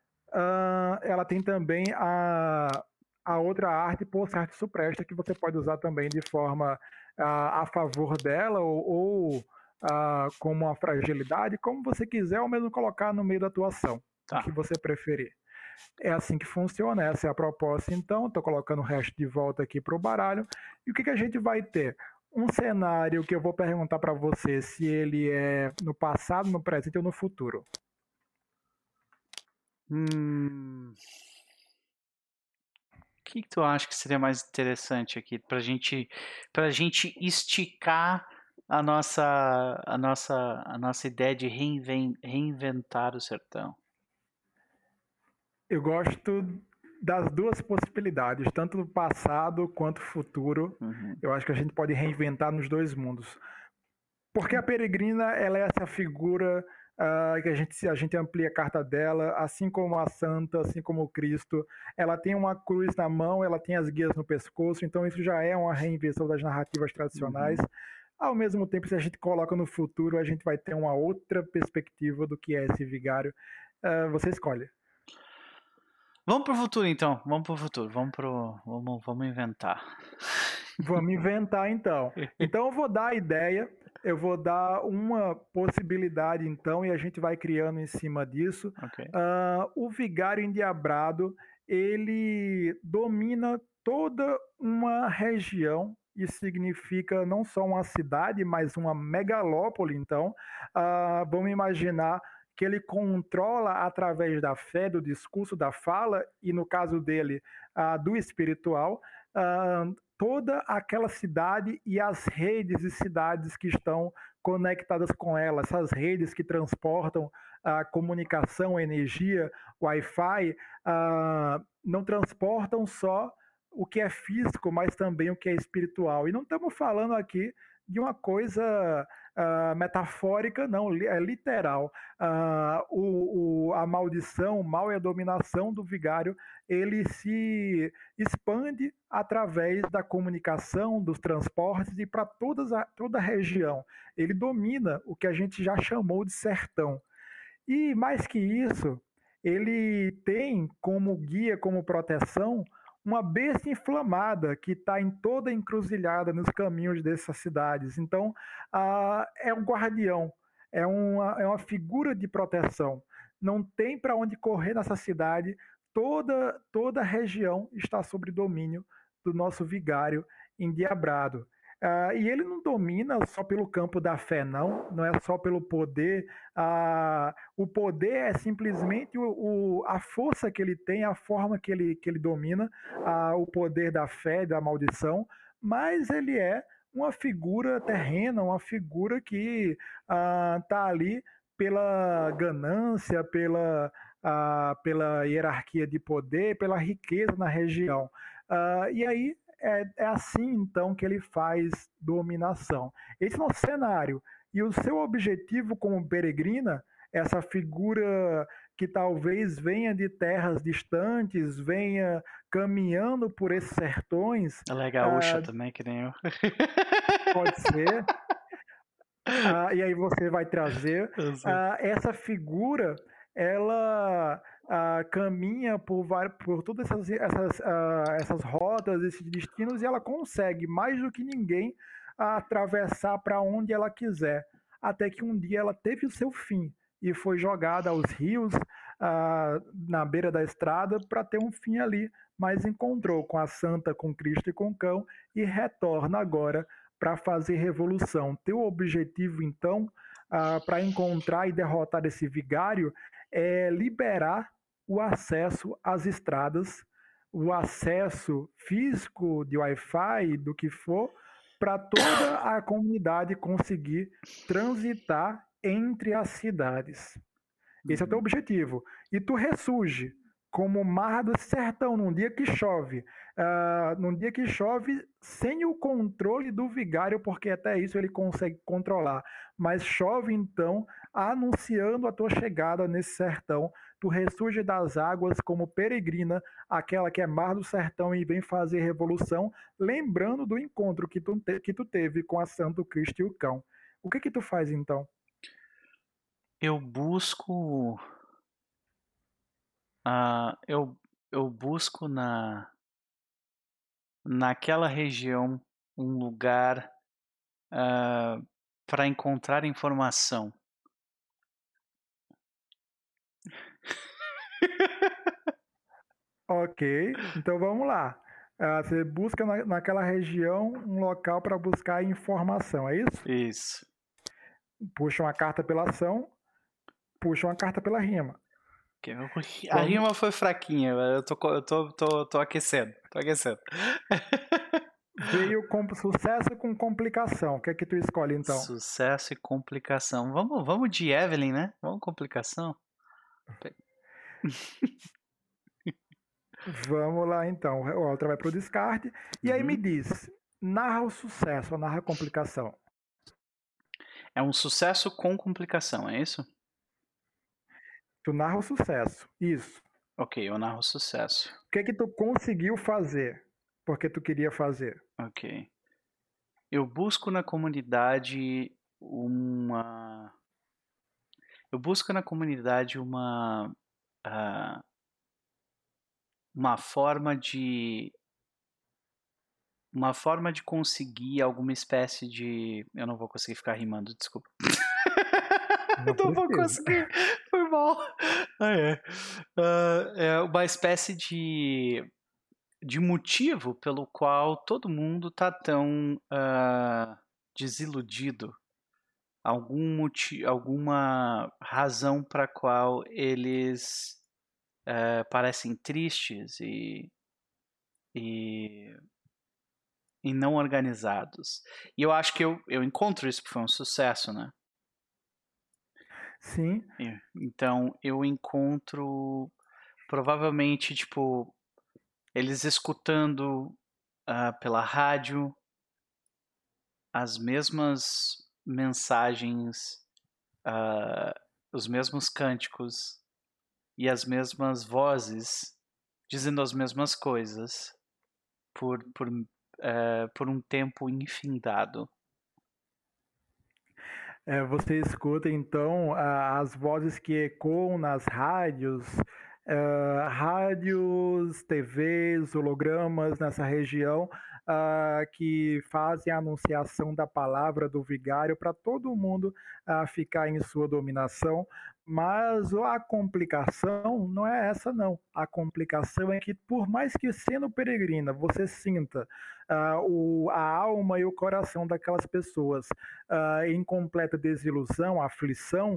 a outra arte, por certo supresta, que você pode usar também de forma a favor dela ou como uma fragilidade, como você quiser, ou mesmo colocar no meio da atuação, o que você preferir. É assim que funciona, essa é a proposta. Então, estou colocando o resto de volta aqui para o baralho. E o que a gente vai ter? Um cenário que eu vou perguntar para você se ele é no passado, no presente ou no futuro. O que tu acha que seria mais interessante aqui pra gente esticar a nossa ideia de reinventar o sertão? Eu gosto das duas possibilidades, tanto do passado quanto do futuro. Eu acho que a gente pode reinventar nos dois mundos. Porque a peregrina, ela é essa figura que a gente amplia a carta dela, assim como a Santa, assim como o Cristo. Ela tem uma cruz na mão, ela tem as guias no pescoço, então isso já é uma reinvenção das narrativas tradicionais. Uhum. Ao mesmo tempo, se a gente coloca no futuro, a gente vai ter uma outra perspectiva do que é esse vigário. Você escolhe. Vamos pro futuro, então. Vamos pro futuro. Vamos inventar. Vamos inventar então. Então eu vou dar a ideia, eu vou dar uma possibilidade então e a gente vai criando em cima disso. Ok. O vigário endiabrado, ele domina toda uma região. Isso significa não só uma cidade, mas uma megalópole. Então, vamos imaginar que ele controla através da fé, do discurso, da fala e no caso dele, do espiritual, toda aquela cidade e as redes e cidades que estão conectadas com ela, essas redes que transportam a comunicação, a energia, Wi-Fi, não transportam só o que é físico, mas também o que é espiritual. E não estamos falando aqui de uma coisa metafórica, não, é literal. A maldição, o mal e a dominação do vigário, ele se expande através da comunicação, dos transportes e para toda a região. Ele domina o que a gente já chamou de sertão. E mais que isso, ele tem como guia, como proteção, uma besta inflamada que está em toda encruzilhada nos caminhos dessas cidades. Então, é um guardião, é uma figura de proteção. Não tem para onde correr nessa cidade. Toda a região está sob domínio do nosso vigário endiabrado. E ele não domina só pelo campo da fé, não é só pelo poder. O poder é simplesmente a força que ele tem, a forma que ele domina, o poder da fé, da maldição, mas ele é uma figura terrena, uma figura que está ali pela ganância, pela hierarquia de poder, pela riqueza na região. E aí é assim então que ele faz dominação. Esse é o cenário. E o seu objetivo como peregrina, essa figura que talvez venha de terras distantes, venha caminhando por esses sertões, Ela é gaúcha também, que nem eu. pode ser. E aí você vai trazer essa figura, ela caminha por todas essas rotas, esses destinos, e ela consegue, mais do que ninguém, atravessar para onde ela quiser. Até que um dia ela teve o seu fim e foi jogada aos rios, na beira da estrada, para ter um fim ali. Mas encontrou com a Santa, com Cristo e com o Cão, e retorna agora para fazer revolução. Teu objetivo, então, para encontrar e derrotar esse vigário, é liberar o acesso às estradas, o acesso físico de Wi-Fi, do que for, para toda a comunidade conseguir transitar entre as cidades. Esse é o teu objetivo. E tu ressurge como o mar do sertão num dia que chove. Num dia que chove sem o controle do vigário, porque até isso ele consegue controlar. Mas chove então, anunciando a tua chegada nesse sertão. Tu ressurge das águas como peregrina, aquela que é mar do sertão e vem fazer revolução, lembrando do encontro que tu teve com a Santo Cristo e o Cão. O que tu faz então? Eu busco. Eu busco naquela região um lugar para encontrar informação. Ok, então vamos lá. Você busca naquela região um local para buscar informação, é isso? Isso. Puxa uma carta pela ação, puxa uma carta pela rima. A rima foi fraquinha, eu tô aquecendo. Tô aquecendo. Veio com sucesso com complicação. O que é que tu escolhe então? Sucesso e complicação. Vamos de Evelyn, né? Vamos complicação. Vamos lá então. A outra vai para o descarte. E aí me diz, narra o sucesso ou narra a complicação? É um sucesso com complicação, é isso? Tu narra o sucesso. Isso. Ok, eu narro o sucesso. O que é que tu conseguiu fazer? Porque tu queria fazer. Ok. Eu busco na comunidade uma. Eu busco na comunidade ah, uma forma de. Uma forma de conseguir alguma espécie de. Eu não vou conseguir ficar rimando, desculpa. Não Não vou precisa. conseguir. Foi mal. É. É uma espécie de motivo pelo qual todo mundo tá tão desiludido. Alguma razão para qual eles parecem tristes e, e não organizados. E eu acho que eu encontro isso porque foi um sucesso, né? Sim. Então eu encontro provavelmente, tipo, eles escutando pela rádio as mesmas mensagens, os mesmos cânticos e as mesmas vozes dizendo as mesmas coisas por um tempo infindado. Você escuta então as vozes que ecoam nas rádios, rádios, TVs, hologramas nessa região, que fazem a anunciação da palavra do vigário para todo mundo ficar em sua dominação. Mas a complicação não é essa, não. A complicação é que, por mais que sendo peregrina, você sinta a alma e o coração daquelas pessoas em completa desilusão, aflição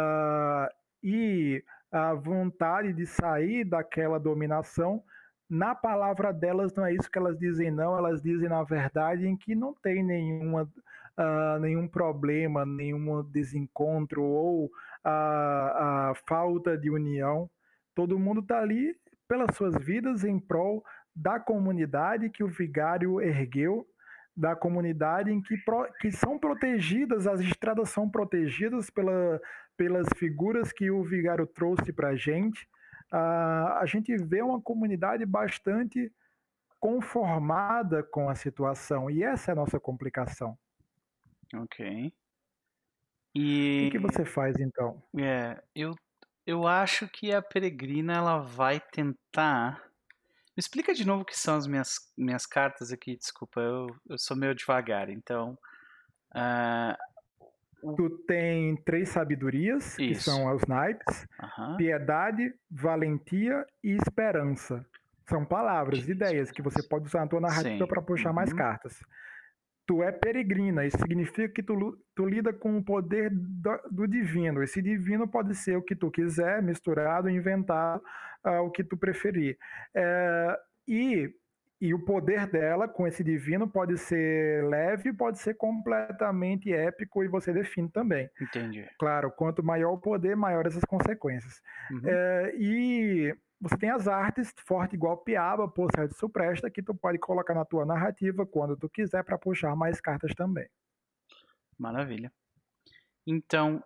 e a vontade de sair daquela dominação. Na palavra delas não é isso que elas dizem, não. Elas dizem, na verdade, em que não tem nenhum problema, nenhum desencontro ou falta de união. Todo mundo está ali pelas suas vidas em prol da comunidade que o vigário ergueu, da comunidade em que são protegidas, as estradas são protegidas pelas figuras que o vigário trouxe para a gente. A gente vê uma comunidade bastante conformada com a situação, e essa é a nossa complicação. Ok. O que você faz então? Eu acho que a peregrina ela vai tentar. Me explica de novo o que são as minhas cartas aqui, desculpa, eu sou meio devagar, então. ah, Tu tem 3 sabedorias, que isso. são os naipes: Aham. piedade, valentia e esperança. São palavras, ideias que você pode usar na tua narrativa Sim. para puxar mais Uhum. cartas. Tu é peregrina, isso significa que tu lida com o poder do divino. Esse divino pode ser o que tu quiser, misturado, inventado, o que tu preferir. É, e o poder dela com esse divino pode ser leve, pode ser completamente épico, e você define também. Entendi. Claro, quanto maior o poder, maiores as consequências. Uhum. E você tem as artes, forte igual piaba, por certo supresta, que tu pode colocar na tua narrativa quando tu quiser para puxar mais cartas também. Maravilha. Então,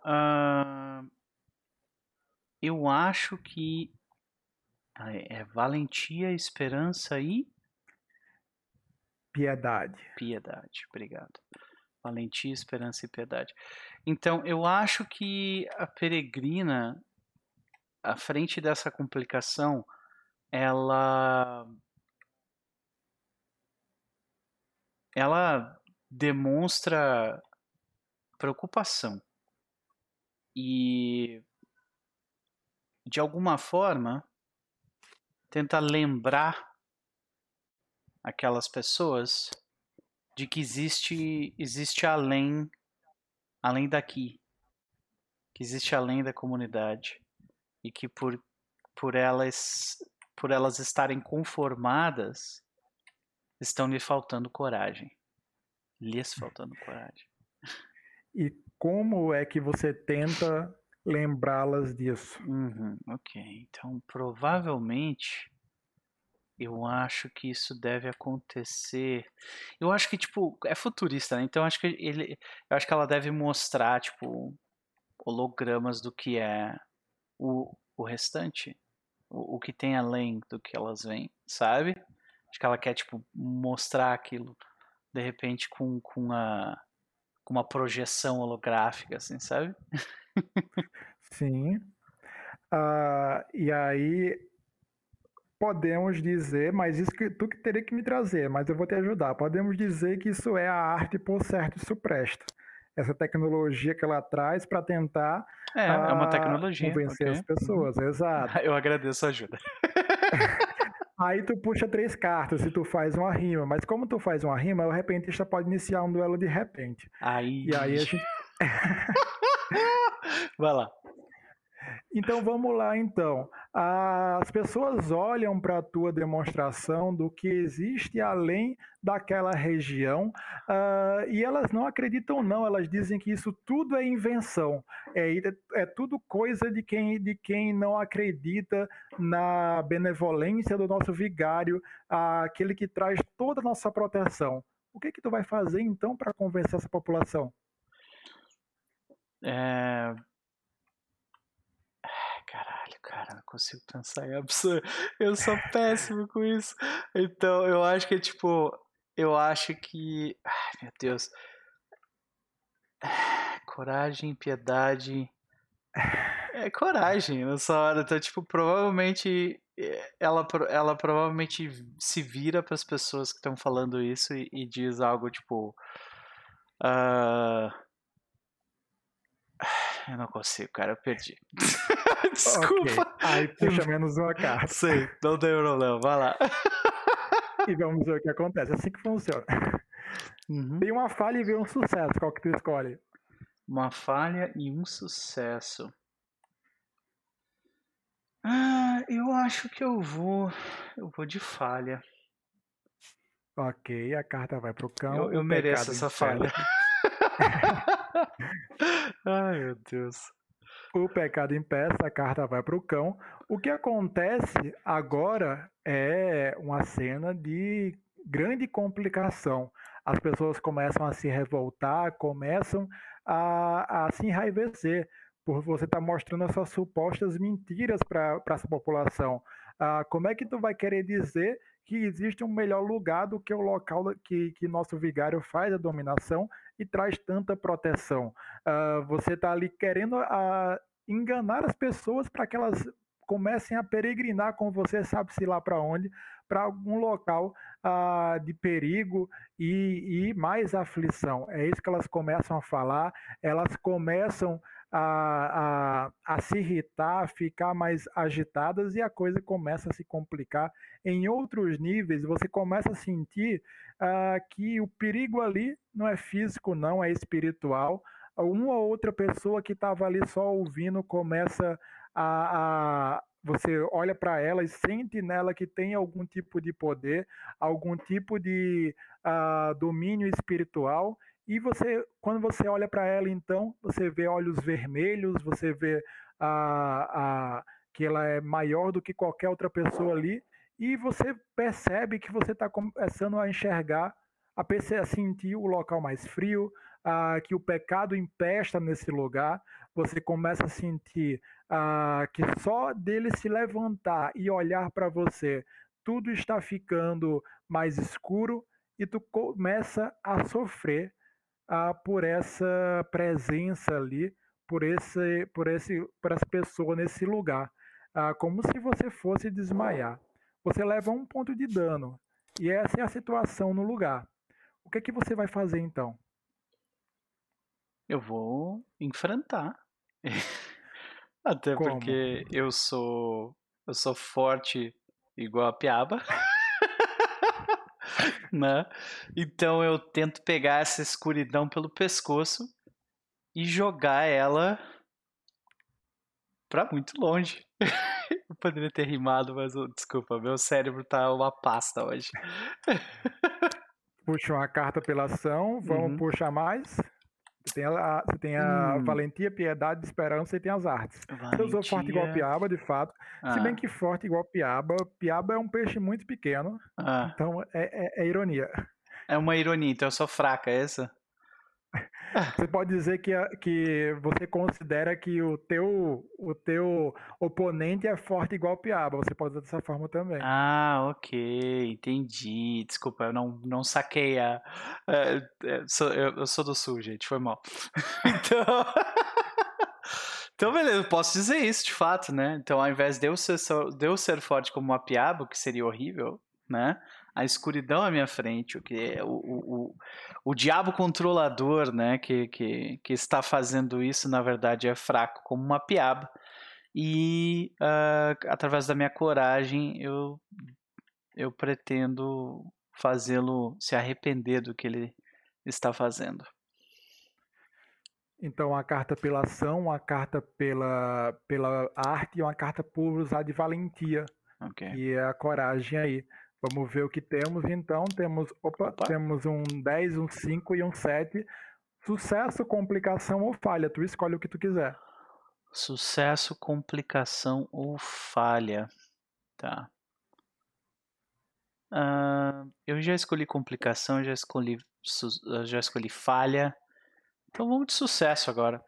eu acho que é valentia, esperança e Piedade. piedade. Obrigado. Valentia, esperança e piedade. Então, eu acho que a peregrina, à frente dessa complicação, ela ela demonstra preocupação e, de alguma forma, tenta lembrar aquelas pessoas de que existe além daqui, que existe além da comunidade e que por elas por elas estarem conformadas, estão lhes faltando coragem. E como é que você tenta lembrá-las disso? Uhum, ok. Então, provavelmente, eu acho que isso deve acontecer. Eu acho que, tipo, é futurista, né? Então, eu acho que ela deve mostrar, tipo, hologramas do que é o restante, o que tem além do que elas veem, sabe? Acho que ela quer, tipo, mostrar aquilo, de repente, com uma projeção holográfica, assim, sabe? Sim. E aí podemos dizer, mas isso que tu que teria que me trazer, mas eu vou te ajudar. Podemos dizer que isso é a arte, por certo, isso presta. Essa tecnologia que ela traz para tentar É uma tecnologia, convencer as ok. Uhum. pessoas, exato. Eu agradeço a ajuda. Aí tu puxa 3 cartas se tu faz uma rima, mas como tu faz uma rima, o repentista pode iniciar um duelo de repente. Aí. E aí a gente. Vai lá. Então vamos lá então. As pessoas olham para a tua demonstração do que existe além daquela região, e elas não acreditam não, elas dizem que isso tudo é invenção, é tudo coisa de quem não acredita na benevolência do nosso vigário, aquele que traz toda a nossa proteção. O que que tu vai fazer então para convencer essa população? Caralho, cara, não consigo pensar em absurdo. Eu sou péssimo com isso. Então, eu acho que, tipo, eu acho que. Ai, meu Deus. Coragem, piedade. É coragem nessa hora. Então, tipo, provavelmente. Ela provavelmente se vira para as pessoas que estão falando isso e diz algo tipo. ah, eu não consigo, cara, eu perdi. Ok, Desculpa. aí puxa menos uma carta. Sei, não tem problema, vai lá. E vamos ver o que acontece. É assim que funciona. Uhum. Tem uma falha e vem um sucesso. Qual que tu escolhe? Uma falha e um sucesso. Eu acho que eu vou de falha. Ok, a carta vai pro cão, Eu o mereço pecado essa falha. impeça. Ai, meu Deus. O pecado impeça, a carta vai pro cão. O que acontece agora é uma cena de grande complicação. As pessoas começam a se revoltar, começam a se enraivecer por você estar mostrando essas supostas mentiras para essa população. Como é que tu vai querer dizer que existe um melhor lugar do que o local que nosso vigário faz a dominação e traz tanta proteção? Você está ali querendo enganar as pessoas para que elas comecem a peregrinar com você, sabe-se lá para onde, para algum local de perigo e mais aflição. É isso que elas começam a falar, elas começam a se irritar, a ficar mais agitadas e a coisa começa a se complicar. Em outros níveis, você começa a sentir que o perigo ali não é físico, não, é espiritual. Uma ou outra pessoa que estava ali só ouvindo começa você olha para ela e sente nela que tem algum tipo de poder, algum tipo de domínio espiritual. E você, quando você olha para ela, então, você vê olhos vermelhos, você vê que ela é maior do que qualquer outra pessoa ali, e você percebe que você está começando a enxergar, a sentir o local mais frio, que o pecado empesta nesse lugar, você começa a sentir que só dele se levantar e olhar para você, tudo está ficando mais escuro e tu começa a sofrer por essa presença ali, por essa pessoa nesse lugar, como se você fosse desmaiar. Você leva 1 ponto de dano e essa é a situação no lugar. O que é que você vai fazer então? Eu vou enfrentar. Até Como? porque eu sou forte igual a piaba, né? Então eu tento pegar essa escuridão pelo pescoço e jogar ela pra muito longe. Eu poderia ter rimado, mas desculpa, meu cérebro tá uma pasta hoje. Puxa uma carta pela ação, vamos Uhum. puxar mais. Você tem a valentia, piedade, esperança e tem as artes. Você usou forte igual Valentia. piaba, de fato. Se bem Ah, que forte igual piaba, piaba é um peixe muito pequeno, ah. então é ironia. É uma ironia, então eu sou fraca, é essa? Você pode dizer que você considera que o teu oponente é forte igual Piaba. Você pode usar dessa forma também. Ah, ok, entendi. Desculpa, eu não saquei eu sou do sul, gente, foi mal. Então, então beleza, eu posso dizer isso de fato, né? Então, ao invés de eu ser forte como uma piaba, o que seria horrível, né? A escuridão à minha frente, o que é o diabo controlador, né? Que está fazendo isso, na verdade, é fraco como uma piaba. E através da minha coragem, eu pretendo fazê-lo se arrepender do que ele está fazendo. Então, uma carta pela ação, uma carta pela arte e uma carta por usar de valentia, Ok. que é a coragem aí. Vamos ver o que temos. Então, Opa. temos um 10, um 5 e um 7. Sucesso, complicação ou falha. Tu escolhe o que tu quiser. Sucesso, complicação ou falha. Tá. Eu já escolhi complicação, já escolhi falha. Então vamos de sucesso agora.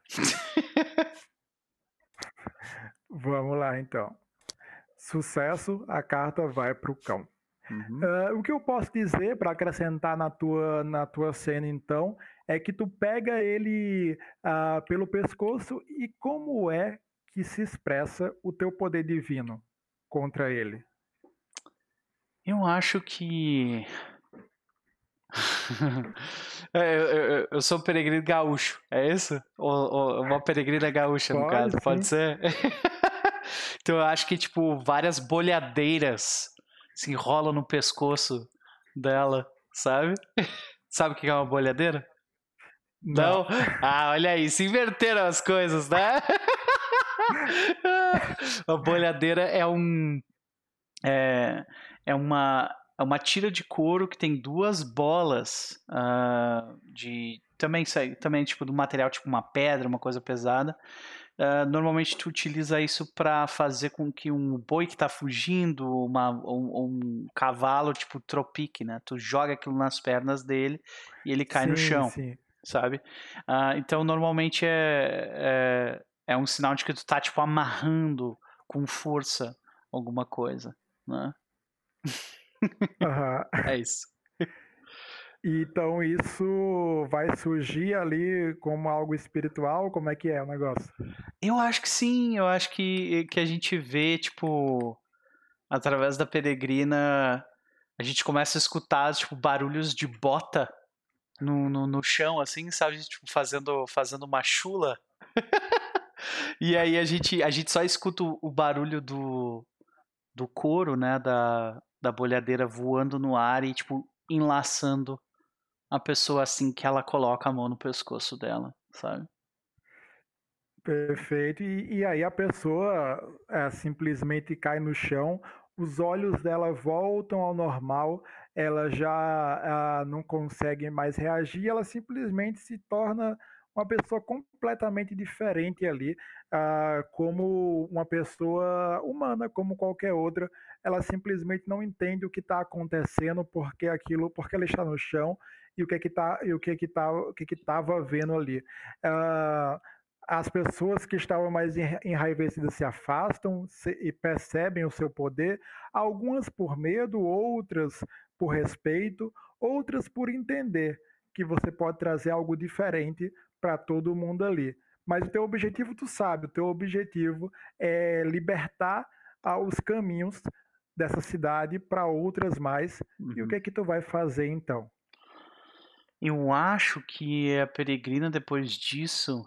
Vamos lá, então. Sucesso, a carta vai para o cão. Uhum. O que eu posso dizer para acrescentar na tua cena, então, é que tu pega ele pelo pescoço e como é que se expressa o teu poder divino contra ele? Eu acho que. Eu sou um peregrino gaúcho, é isso? Ou uma peregrina gaúcha, no Pode, caso, pode sim. ser? Então eu acho que, tipo, várias bolhadeiras se enrolam no pescoço dela, sabe? Sabe o que é uma bolhadeira? Não. Não? Ah, olha aí, se inverteram as coisas, né? A bolhadeira é, é uma tira de couro que tem duas bolas de também tipo do material tipo uma pedra, uma coisa pesada. Normalmente tu utiliza isso para fazer com que um boi que está fugindo, um cavalo tipo tropique, né? Tu joga aquilo nas pernas dele e ele cai no Sim, chão, sim. sabe? Então normalmente é um sinal de que tu tá tipo amarrando com força alguma coisa, né? Aham. É isso. Então isso vai surgir ali como algo espiritual? Como é que é o negócio? Eu acho que sim, eu acho que a gente vê, tipo, através da peregrina, a gente começa a escutar, tipo, barulhos de bota no chão, assim, sabe? Tipo, fazendo uma chula. E aí a gente só escuta o barulho do couro, né? Da bolhadeira voando no ar e, tipo, enlaçando a pessoa assim que ela coloca a mão no pescoço dela, sabe? Perfeito. E aí a pessoa simplesmente cai no chão, os olhos dela voltam ao normal, ela já não consegue mais reagir, ela simplesmente se torna uma pessoa completamente diferente ali, como uma pessoa humana, como qualquer outra. Ela simplesmente não entende o que está acontecendo, porque ela está no chão e o que estava vendo ali. Ah, as pessoas que estavam mais enraivecidas se afastam e percebem o seu poder, algumas por medo, outras por respeito, outras por entender que você pode trazer algo diferente para todo mundo ali. Mas o teu objetivo, tu sabe, o teu objetivo é libertar os caminhos dessa cidade para outras mais. E o Uhum. que é que tu vai fazer então? Eu acho que a peregrina, depois disso,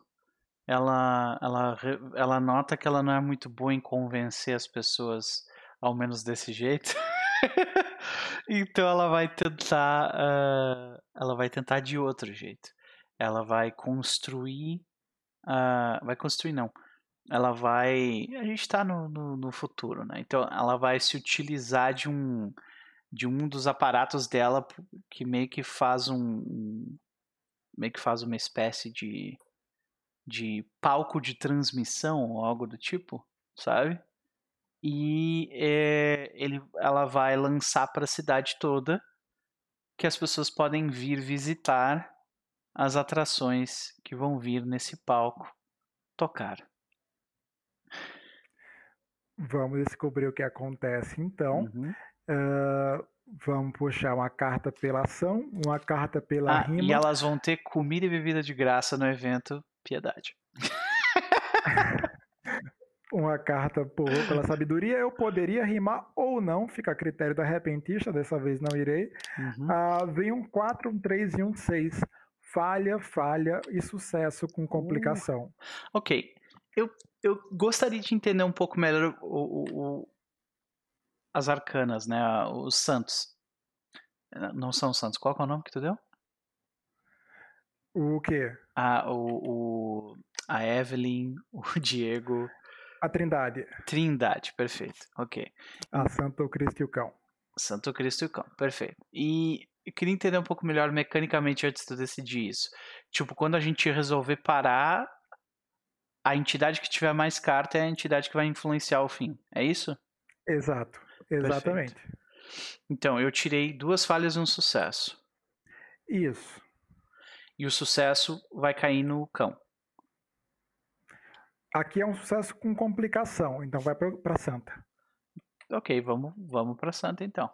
ela nota que ela não é muito boa em convencer as pessoas, ao menos desse jeito. Então ela vai tentar de outro jeito. Ela vai construir não. A gente está no futuro, né? Então ela vai se utilizar de um dos aparatos dela que meio que faz uma espécie de palco de transmissão ou algo do tipo, sabe? E ela vai lançar para a cidade toda que as pessoas podem vir visitar as atrações que vão vir nesse palco tocar. Vamos descobrir o que acontece então. Uhum. Vamos puxar uma carta pela ação, uma carta pela E rima. elas vão ter comida e bebida de graça no evento Piedade. Uma carta pela sabedoria. Eu poderia rimar ou não, fica a critério da repentista, dessa vez não irei. Uhum. Vem um 4, um 3 e um 6. Falha, falha e sucesso com complicação. Ok. Eu gostaria de entender um pouco melhor as arcanas, né? Os santos. Não são os santos. Qual que é o nome que tu deu? O quê? A Evelyn, o Diego. A Trindade. Trindade, perfeito. Ok. A Santo Cristo e o Cão. Santo Cristo e o Cão, perfeito. E eu queria entender um pouco melhor mecanicamente antes de eu decidir isso. Tipo, quando a gente resolver parar, a entidade que tiver mais carta é a entidade que vai influenciar o fim. É isso? Exato, exatamente. Perfeito. Então, eu tirei 2 falhas e um sucesso. Isso. E o sucesso vai cair no cão. Aqui é um sucesso com complicação, então vai para Santa. Ok, vamos para Santa então.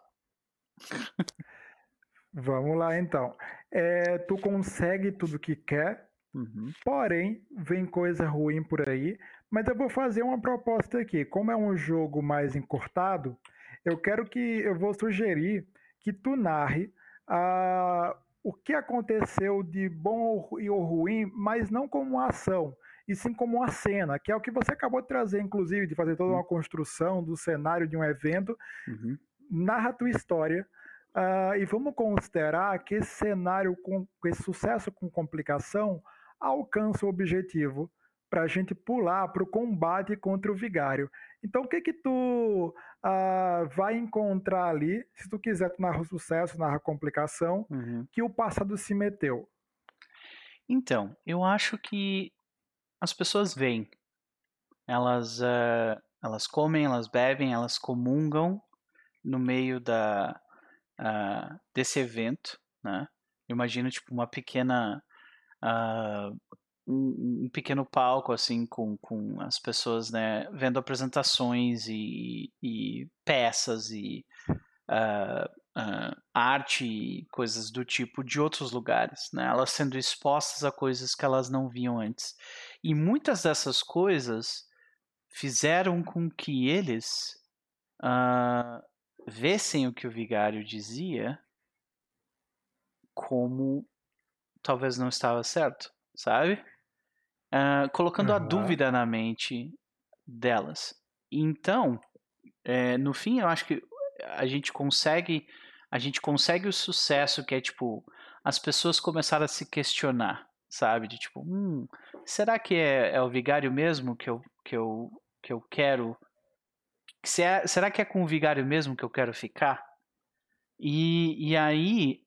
Vamos lá então. Tu consegue tudo que quer, porém vem coisa ruim por aí. Mas eu vou fazer uma proposta aqui. Como é um jogo mais encurtado, eu vou sugerir que tu narre o que aconteceu de bom ou ruim, mas não como uma ação, e sim como uma cena, que é o que você acabou de trazer, inclusive, de fazer toda uma construção do cenário de um evento. Narra a tua história. E vamos considerar que esse cenário, com esse sucesso com complicação, alcança o objetivo para a gente pular para o combate contra o vigário. Então, o que tu vai encontrar ali, se tu quiser, tu narra o sucesso, narra a complicação, que o passado se meteu? Então, eu acho que as pessoas veem. Elas comem, elas bebem, elas comungam no meio desse evento, né? Eu imagino tipo uma pequena um pequeno palco assim com as pessoas, né, vendo apresentações e peças e arte e coisas do tipo de outros lugares, né? Elas sendo expostas a coisas que elas não viam antes. E muitas dessas coisas fizeram com que eles vissem o que o vigário dizia como talvez não estava certo, sabe? Colocando a dúvida na mente delas. Então, no fim, eu acho que a gente consegue o sucesso, que é tipo as pessoas começaram a se questionar, sabe? De tipo, será que é o vigário mesmo que eu quero? Será que é com o vigário mesmo que eu quero ficar? E aí,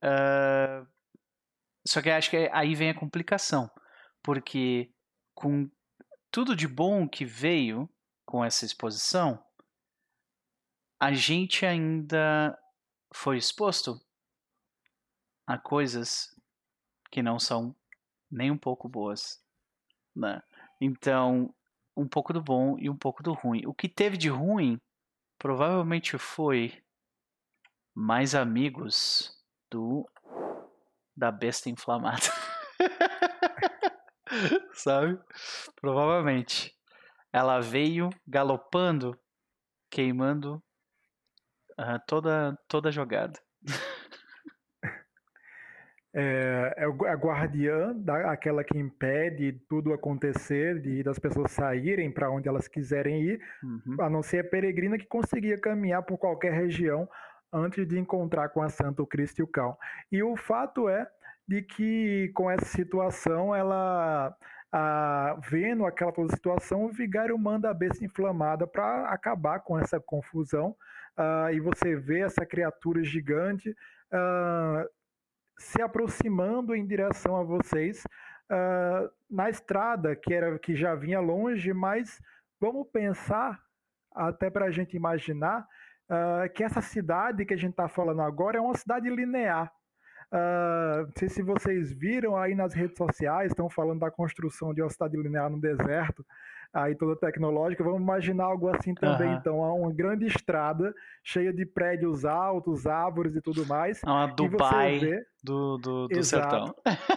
só que acho que aí vem a complicação, porque com tudo de bom que veio com essa exposição, a gente ainda foi exposto a coisas que não são nem um pouco boas, né? Então, um pouco do bom e um pouco do ruim. O que teve de ruim provavelmente foi mais amigos da besta inflamada. Sabe? Provavelmente. Ela veio galopando, queimando toda a jogada. É a guardiã, aquela que impede tudo acontecer, das pessoas saírem para onde elas quiserem ir, a não ser a peregrina que conseguia caminhar por qualquer região antes de encontrar com a Santa, o Cristo e o Cão. E o fato é de que com essa situação, ela vendo aquela toda situação, o vigário manda a besta inflamada para acabar com essa confusão. E você vê essa criatura gigante se aproximando em direção a vocês na estrada que já vinha longe, mas vamos pensar, até para a gente imaginar, que essa cidade que a gente está falando agora é uma cidade linear. Não sei se vocês viram aí nas redes sociais, estão falando da construção de uma cidade linear no deserto, aí toda tecnológica. Vamos imaginar algo assim também. Aham. Então, há uma grande estrada cheia de prédios altos, árvores e tudo mais, É uma e você Dubai vê, do sertão. exato,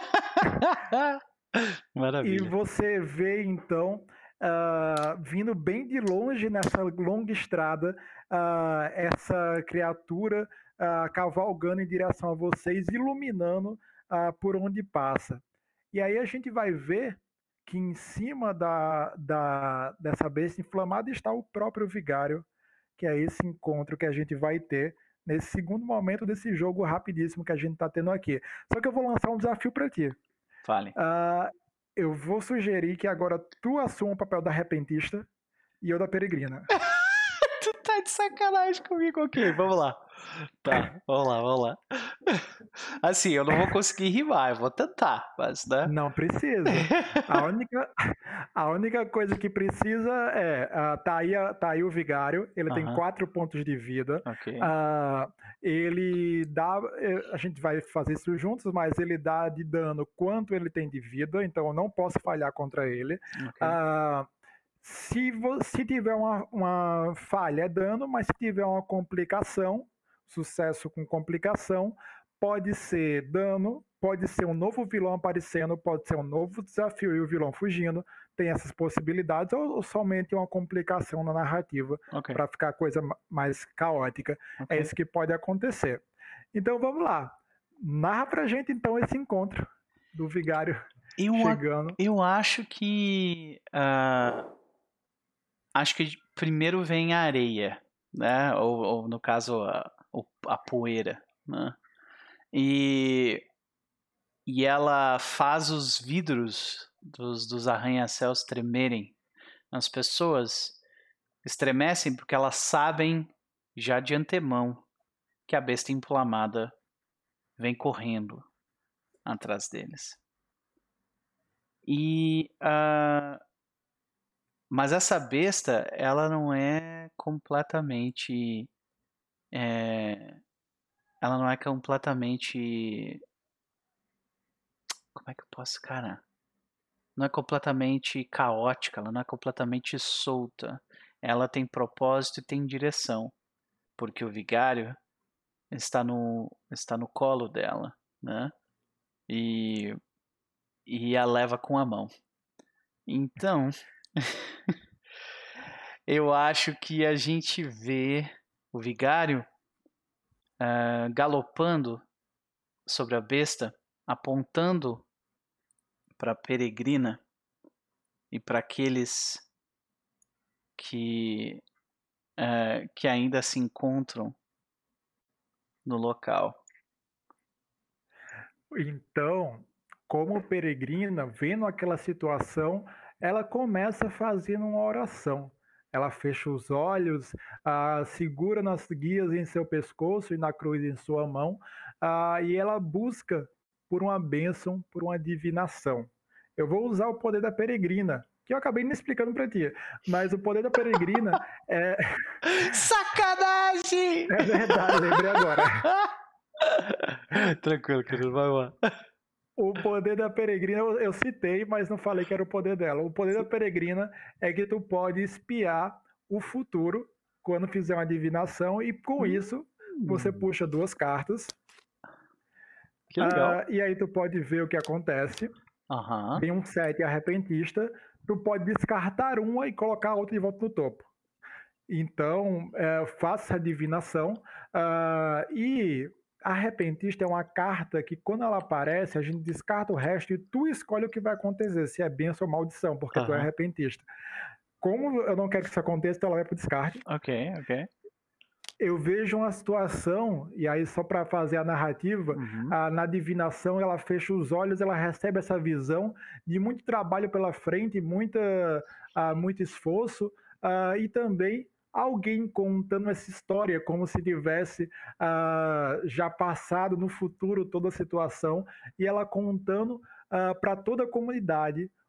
e Maravilha. você vê então, vindo bem de longe nessa longa estrada, essa criatura cavalgando em direção a vocês, iluminando por onde passa. E aí a gente vai ver que em cima dessa besta inflamada está o próprio vigário, que é esse encontro que a gente vai ter nesse segundo momento desse jogo rapidíssimo que a gente está tendo aqui. Só que eu vou lançar um desafio para ti. Fale. Eu vou sugerir que agora tu assuma o papel da repentista e eu da peregrina. Tu tá de sacanagem comigo, ok, vamos lá. Tá, vamos lá. Assim, eu não vou conseguir rimar, eu vou tentar, mas, né? Não precisa. A única coisa que precisa é, tá aí o vigário, ele tem 4 pontos de vida. Ok. Ele dá, a gente vai fazer isso juntos, mas ele dá de dano quanto ele tem de vida, então eu não posso falhar contra ele. Ok. Se tiver uma falha, é dano, mas se tiver uma complicação, sucesso com complicação, pode ser dano, pode ser um novo vilão aparecendo, pode ser um novo desafio e o vilão fugindo. Tem essas possibilidades, ou somente uma complicação na narrativa, Ok. para ficar a coisa mais caótica. Ok. É isso que pode acontecer. Então vamos lá. Narra pra gente então esse encontro do vigário chegando. Eu acho que. Acho que primeiro vem a areia, né? Ou no caso, a poeira, né? E ela faz os vidros dos arranha-céus tremerem. As pessoas estremecem porque elas sabem já de antemão que a besta inflamada vem correndo atrás deles. Mas essa besta, ela não é completamente... ela não é completamente... Como é que eu posso... Cara... Não é completamente caótica, ela não é completamente solta. Ela tem propósito e tem direção. Porque o vigário está no colo dela, né? E a leva com a mão. Então, eu acho que a gente vê o vigário galopando sobre a besta, apontando para a peregrina e para aqueles que ainda se encontram no local. Então, como peregrina, vendo aquela situação, ela começa fazendo uma oração. Ela fecha os olhos, segura nas guias em seu pescoço e na cruz em sua mão, e ela busca por uma bênção, por uma divinação. Eu vou usar o poder da peregrina, que eu acabei não explicando para ti, mas o poder da peregrina é... Sacanagem! É verdade, lembrei agora. Tranquilo, querido, vai lá. O poder da peregrina eu citei, mas não falei que era o poder dela. O poder da peregrina é que tu pode espiar o futuro quando fizer uma divinação e com isso você puxa 2 cartas. Que legal. E aí tu pode ver o que acontece. Tem um 7 arrepentista. Tu pode descartar uma e colocar a outra de volta no topo. Então, faça a divinação e arrepentista é uma carta que quando ela aparece, a gente descarta o resto e tu escolhe o que vai acontecer, se é bênção ou maldição, porque tu é arrepentista. Como eu não quero que isso aconteça, então ela vai pro descarte. Ok. Eu vejo uma situação, e aí só para fazer a narrativa, na divinação ela fecha os olhos, ela recebe essa visão de muito trabalho pela frente, muito esforço, e também alguém contando essa história como se tivesse já passado no futuro toda a situação, e ela contando para toda a comunidade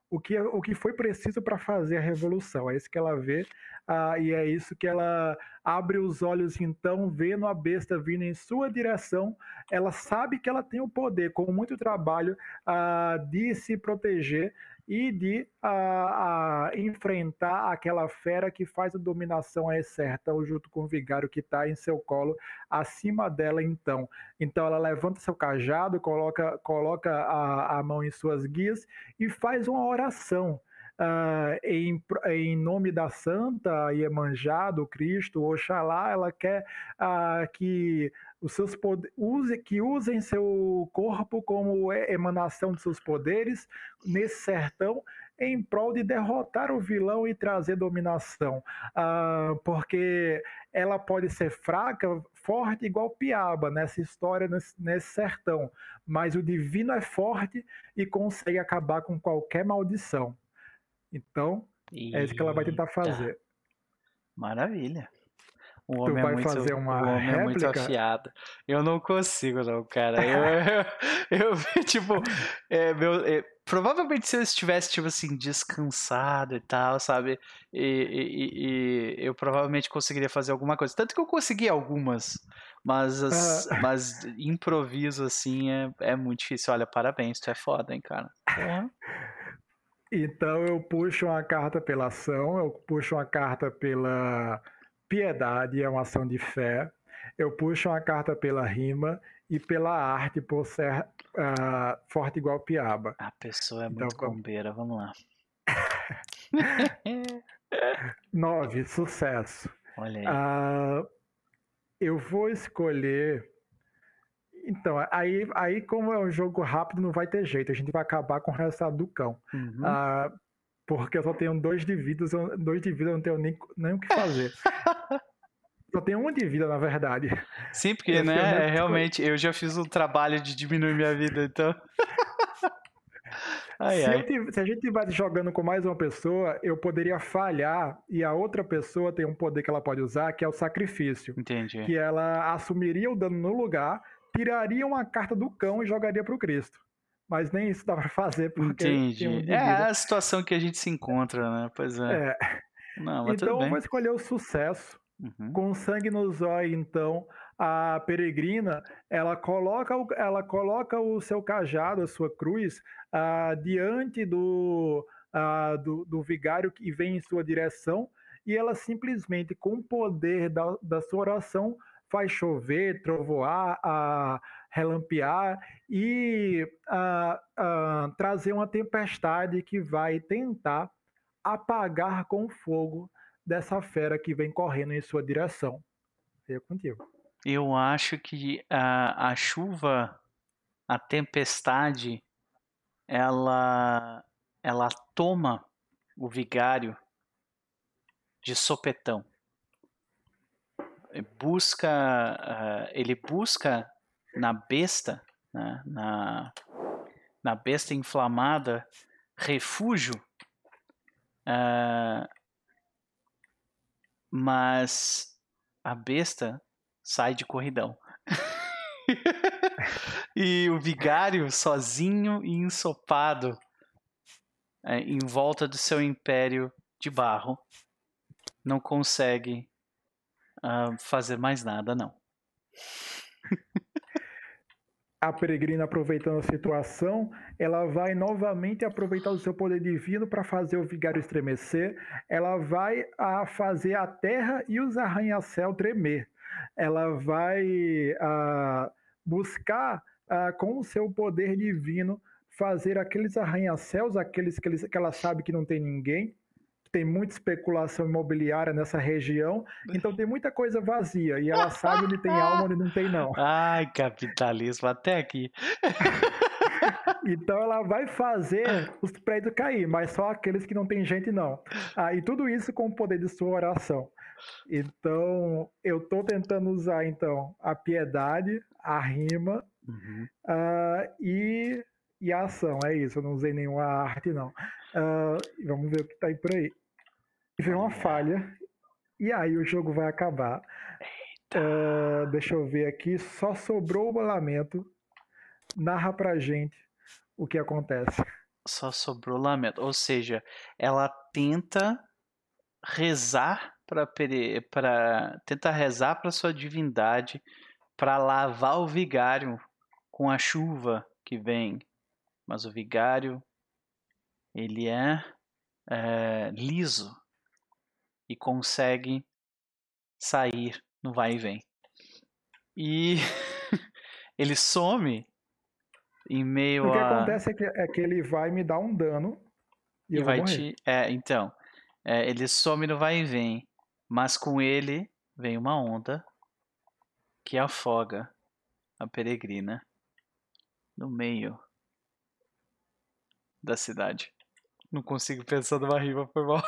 o que foi preciso para fazer a revolução. É isso que ela vê, e é isso que ela abre os olhos, então, vendo a besta vindo em sua direção. Ela sabe que ela tem o poder, com muito trabalho, de se proteger e de enfrentar aquela fera que faz a dominação a Excerta, junto com o vigário que está em seu colo, acima dela, então. Então ela levanta seu cajado, coloca a mão em suas guias e faz uma oração. Em nome da Santa Iemanjá, do Cristo, Oxalá, ela quer que os seus que usem seu corpo como emanação de seus poderes nesse sertão em prol de derrotar o vilão e trazer dominação. Porque ela pode ser fraca, forte igual Piaba nessa história, nesse sertão, mas o divino é forte e consegue acabar com qualquer maldição. Então, é isso que ela vai tentar fazer. Maravilha. O Tu homem vai fazer uma é muito réplica? afiado. Eu não consigo, não, cara. Eu tipo, provavelmente se eu estivesse, tipo assim, descansado e tal, sabe? E eu provavelmente conseguiria fazer alguma coisa. Tanto que eu consegui algumas, mas improviso, assim, é muito difícil. Olha, parabéns, tu é foda, hein, cara. Porra. Então eu puxo uma carta pela ação, eu puxo uma carta pela piedade, é uma ação de fé. Eu puxo uma carta pela rima e pela arte, por ser forte igual Piaba. A pessoa é Então, muito combeira, vamos lá. 9, sucesso. Olha aí. Eu vou escolher. Então, aí como é um jogo rápido, não vai ter jeito. A gente vai acabar com o resultado do cão. Uhum. Porque eu só tenho 2 de vida, eu não tenho nem o que fazer. Só tenho 1 de vida, na verdade. Sim, porque, né, realmente, eu já fiz um trabalho de diminuir minha vida, então... Se a gente estivesse jogando com mais uma pessoa, eu poderia falhar e a outra pessoa tem um poder que ela pode usar, que é o sacrifício. Entendi. Que ela assumiria o dano no lugar, tiraria uma carta do cão e jogaria pro Cristo. Mas nem isso dá pra fazer, porque Entendi. tem 1 de vida. É a situação que a gente se encontra, né? Pois é. Não, mas tudo Então eu bem. vou escolher o sucesso. Uhum. Com sangue no zóio, então, a peregrina, ela coloca o seu cajado, a sua cruz, diante do vigário que vem em sua direção, e ela simplesmente, com o poder da sua oração, faz chover, trovoar, relampear e trazer uma tempestade que vai tentar apagar com fogo dessa fera que vem correndo em sua direção. É contigo. Eu acho que a chuva, a tempestade, ela toma o vigário de sopetão. Ele busca na besta, né, na besta inflamada, refúgio, mas a besta sai de corridão. E o vigário, sozinho e ensopado, em volta do seu império de barro, não consegue fazer mais nada, não. A peregrina, aproveitando a situação, ela vai novamente aproveitar o seu poder divino para fazer o vigário estremecer. Ela vai fazer a terra e os arranha-céu tremer. Ela vai buscar, com o seu poder divino, fazer aqueles arranha-céus, aqueles que ela sabe que não tem ninguém. Tem muita especulação imobiliária nessa região, então tem muita coisa vazia, e ela sabe onde tem alma, onde não tem não. Ai, capitalismo, até aqui. Então ela vai fazer os prédios cair, mas só aqueles que não tem gente não. E tudo isso com o poder de sua oração. Então eu estou tentando usar então a piedade, a rima, e a ação. É isso, eu não usei nenhuma arte não. Vamos ver o que está aí por aí. E vem uma falha, e aí o jogo vai acabar. Deixa eu ver aqui, só sobrou o lamento. Narra pra gente o que acontece. Só sobrou lamento. Ou seja, ela tenta rezar tenta rezar para sua divindade para lavar o vigário com a chuva que vem. Mas o vigário, ele é liso e consegue sair no vai e vem. E ele some em meio O que a... acontece é que ele vai me dar um dano e E eu vou vai morrer. te... então, ele some no vai e vem, mas com ele vem uma onda que afoga a peregrina no meio da cidade. Não consigo pensar numa rima, foi mal.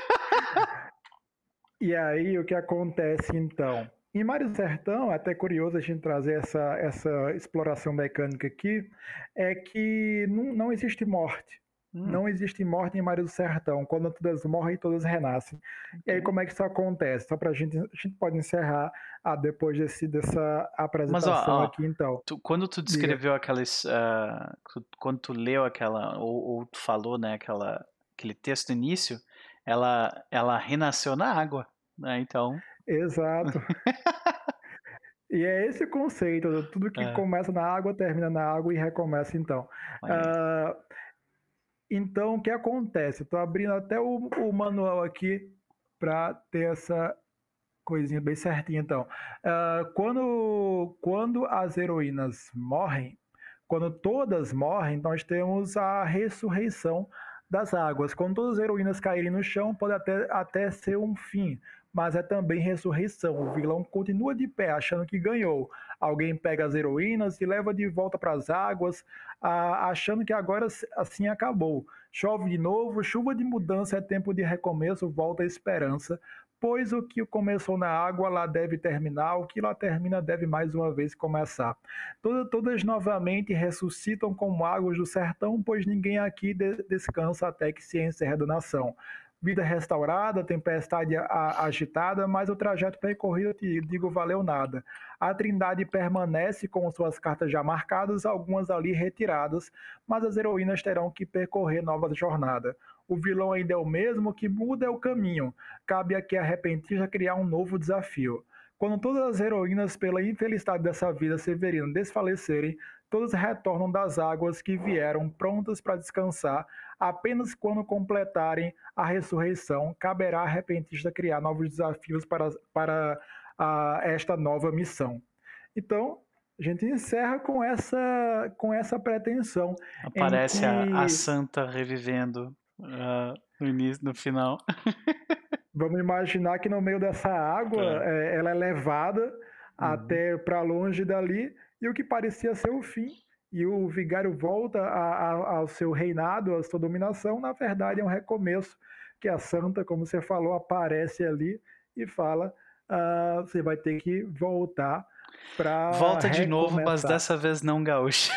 E aí, o que acontece então? Em Mario Sertão, é até curioso a gente trazer essa exploração mecânica aqui, é que não existe morte. Hum, Não existe morte em Mario do Sertão. Quando todas morrem, todas renascem. E aí, ok. como é que isso acontece? Só pra gente, a gente pode encerrar depois dessa Mas apresentação ó, aqui, então. quando tu Diga. descreveu quando tu leu aquela, ou tu falou, né, aquele texto no início, ela renasceu na água, né? Então, Exato. E é esse o conceito, tudo que é, começa na água termina na água e recomeça então. olha aí. Ah, então, o que acontece? Estou abrindo até o manual aqui para ter essa coisinha bem certinha. Então, quando as heroínas morrem, quando todas morrem, nós temos a ressurreição das águas. Quando todas as heroínas caírem no chão, pode até ser um fim, mas é também ressurreição. O vilão continua de pé, achando que ganhou. Alguém pega as heroínas e leva de volta para as águas, achando que agora assim acabou. Chove de novo, chuva de mudança é tempo de recomeço, volta a esperança. Pois o que começou na água lá deve terminar, o que lá termina deve mais uma vez começar. Todas novamente ressuscitam como águas do sertão, pois ninguém aqui descansa até que se encerre a nação. Vida restaurada, tempestade agitada, mas o trajeto percorrido, te digo, valeu nada. A Trindade permanece com suas cartas já marcadas, algumas ali retiradas, mas as heroínas terão que percorrer nova jornada. O vilão ainda é o mesmo, que muda é o caminho. Cabe aqui a repentista criar um novo desafio. Quando todas as heroínas, pela infelicidade dessa vida severina, desfalecerem, todas retornam das águas que vieram prontas para descansar. Apenas quando completarem a ressurreição, caberá à repentista criar novos desafios para esta nova missão. Então, a gente encerra com essa pretensão em Aparece a que santa revivendo no início, no final. vamos imaginar que no meio dessa água É. ela é levada Uhum. até para longe dali e o que parecia ser o fim e o vigário volta ao seu reinado, à sua dominação, na verdade é um recomeço que a santa, como você falou, aparece ali e fala: você vai ter que voltar para Volta de novo, mas recomeçar. dessa vez não gaúcha.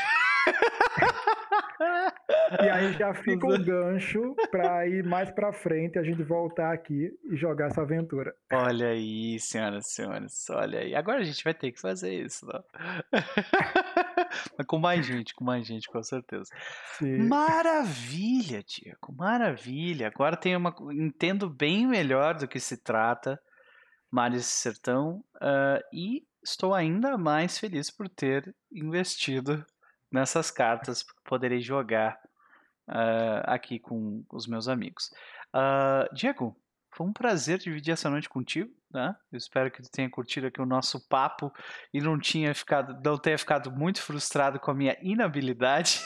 E aí já fica o gancho para ir mais para frente, a gente voltar aqui e jogar essa aventura. Olha aí, senhoras e senhores, olha aí. Agora a gente vai ter que fazer isso, não? Mas com mais gente, com certeza. Se Maravilha, Diego, maravilha. Agora entendo bem melhor do que se trata Mares Sertão, e estou ainda mais feliz por ter investido nessas cartas, porque poderei jogar aqui com os meus amigos. Diego, foi um prazer dividir essa noite contigo, né? Eu espero que tu tenha curtido aqui o nosso papo e não tenha ficado muito frustrado com a minha inabilidade,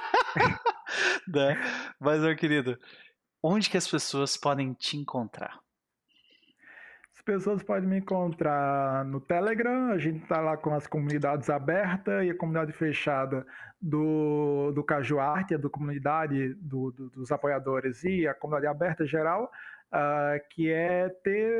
né? Mas, meu querido, onde que as pessoas podem te encontrar? As pessoas podem me encontrar no Telegram, a gente está lá com as comunidades abertas e a comunidade fechada do Caju Arte, da comunidade dos apoiadores e a comunidade aberta geral, que é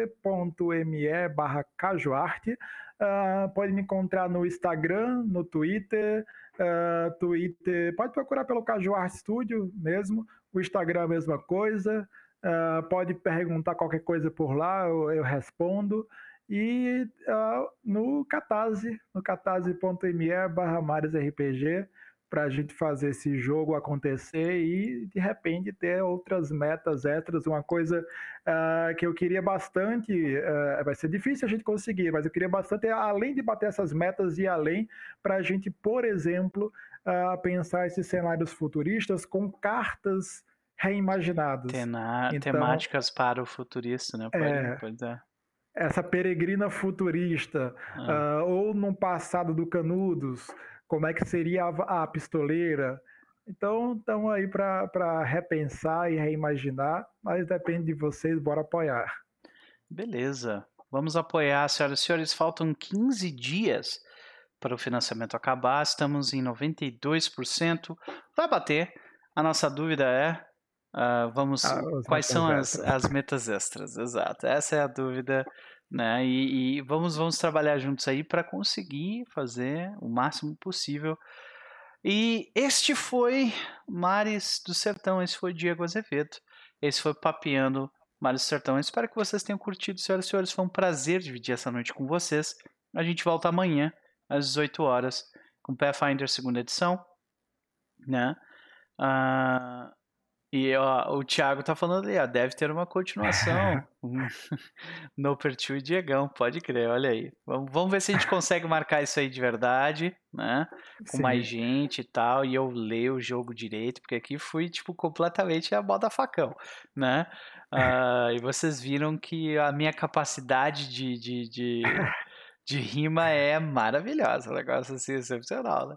t.me/cajuarte. Pode me encontrar no Instagram, no Twitter, Twitter, pode procurar pelo Caju Arte Studio mesmo, o Instagram é a mesma coisa. Pode perguntar qualquer coisa por lá, eu respondo. E no Catarse, no catarse.me/MariosRPG, para a gente fazer esse jogo acontecer e de repente ter outras metas extras. Uma coisa que eu queria bastante, vai ser difícil a gente conseguir, mas eu queria bastante, além de bater essas metas, ir além para a gente, por exemplo, pensar esses cenários futuristas com cartas reimaginadas. Então, Temáticas para o futurista, né? é, Pois é. essa peregrina futurista, ou num passado do Canudos, como é que seria a pistoleira. Então, estamos aí para repensar e reimaginar, mas depende de vocês, bora apoiar. Beleza. Vamos apoiar, senhoras e senhores. Faltam 15 dias para o financiamento acabar. Estamos em 92%. Vai bater. A nossa dúvida é, As quais são metas extras. as metas extras? Exato. Essa é a dúvida, né? E vamos trabalhar juntos aí para conseguir fazer o máximo possível. E este foi Mares do Sertão. Esse foi Diego Azevedo. Esse foi Papeando Mares do Sertão. Eu espero que vocês tenham curtido, senhoras e senhores. Foi um prazer dividir essa noite com vocês. A gente volta amanhã, às 18 horas, com Pathfinder segunda edição, né? E ó, o Thiago tá falando ali, ó, deve ter uma continuação. Nopertil e Diegão, pode crer, olha aí. Vamos ver se a gente consegue marcar isso aí de verdade, né? Com mais Sim. gente e tal, e eu ler o jogo direito, porque aqui fui, tipo, completamente a moda facão, né? E vocês viram que a minha capacidade de rima é maravilhosa, um negócio assim, excepcional, né?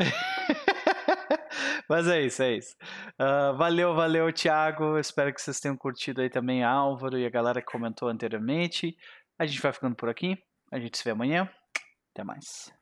Mas é isso, é isso. Valeu, Thiago. Espero que vocês tenham curtido aí também, Álvaro e a galera que comentou anteriormente. A gente vai ficando por aqui. A gente se vê amanhã. Até mais.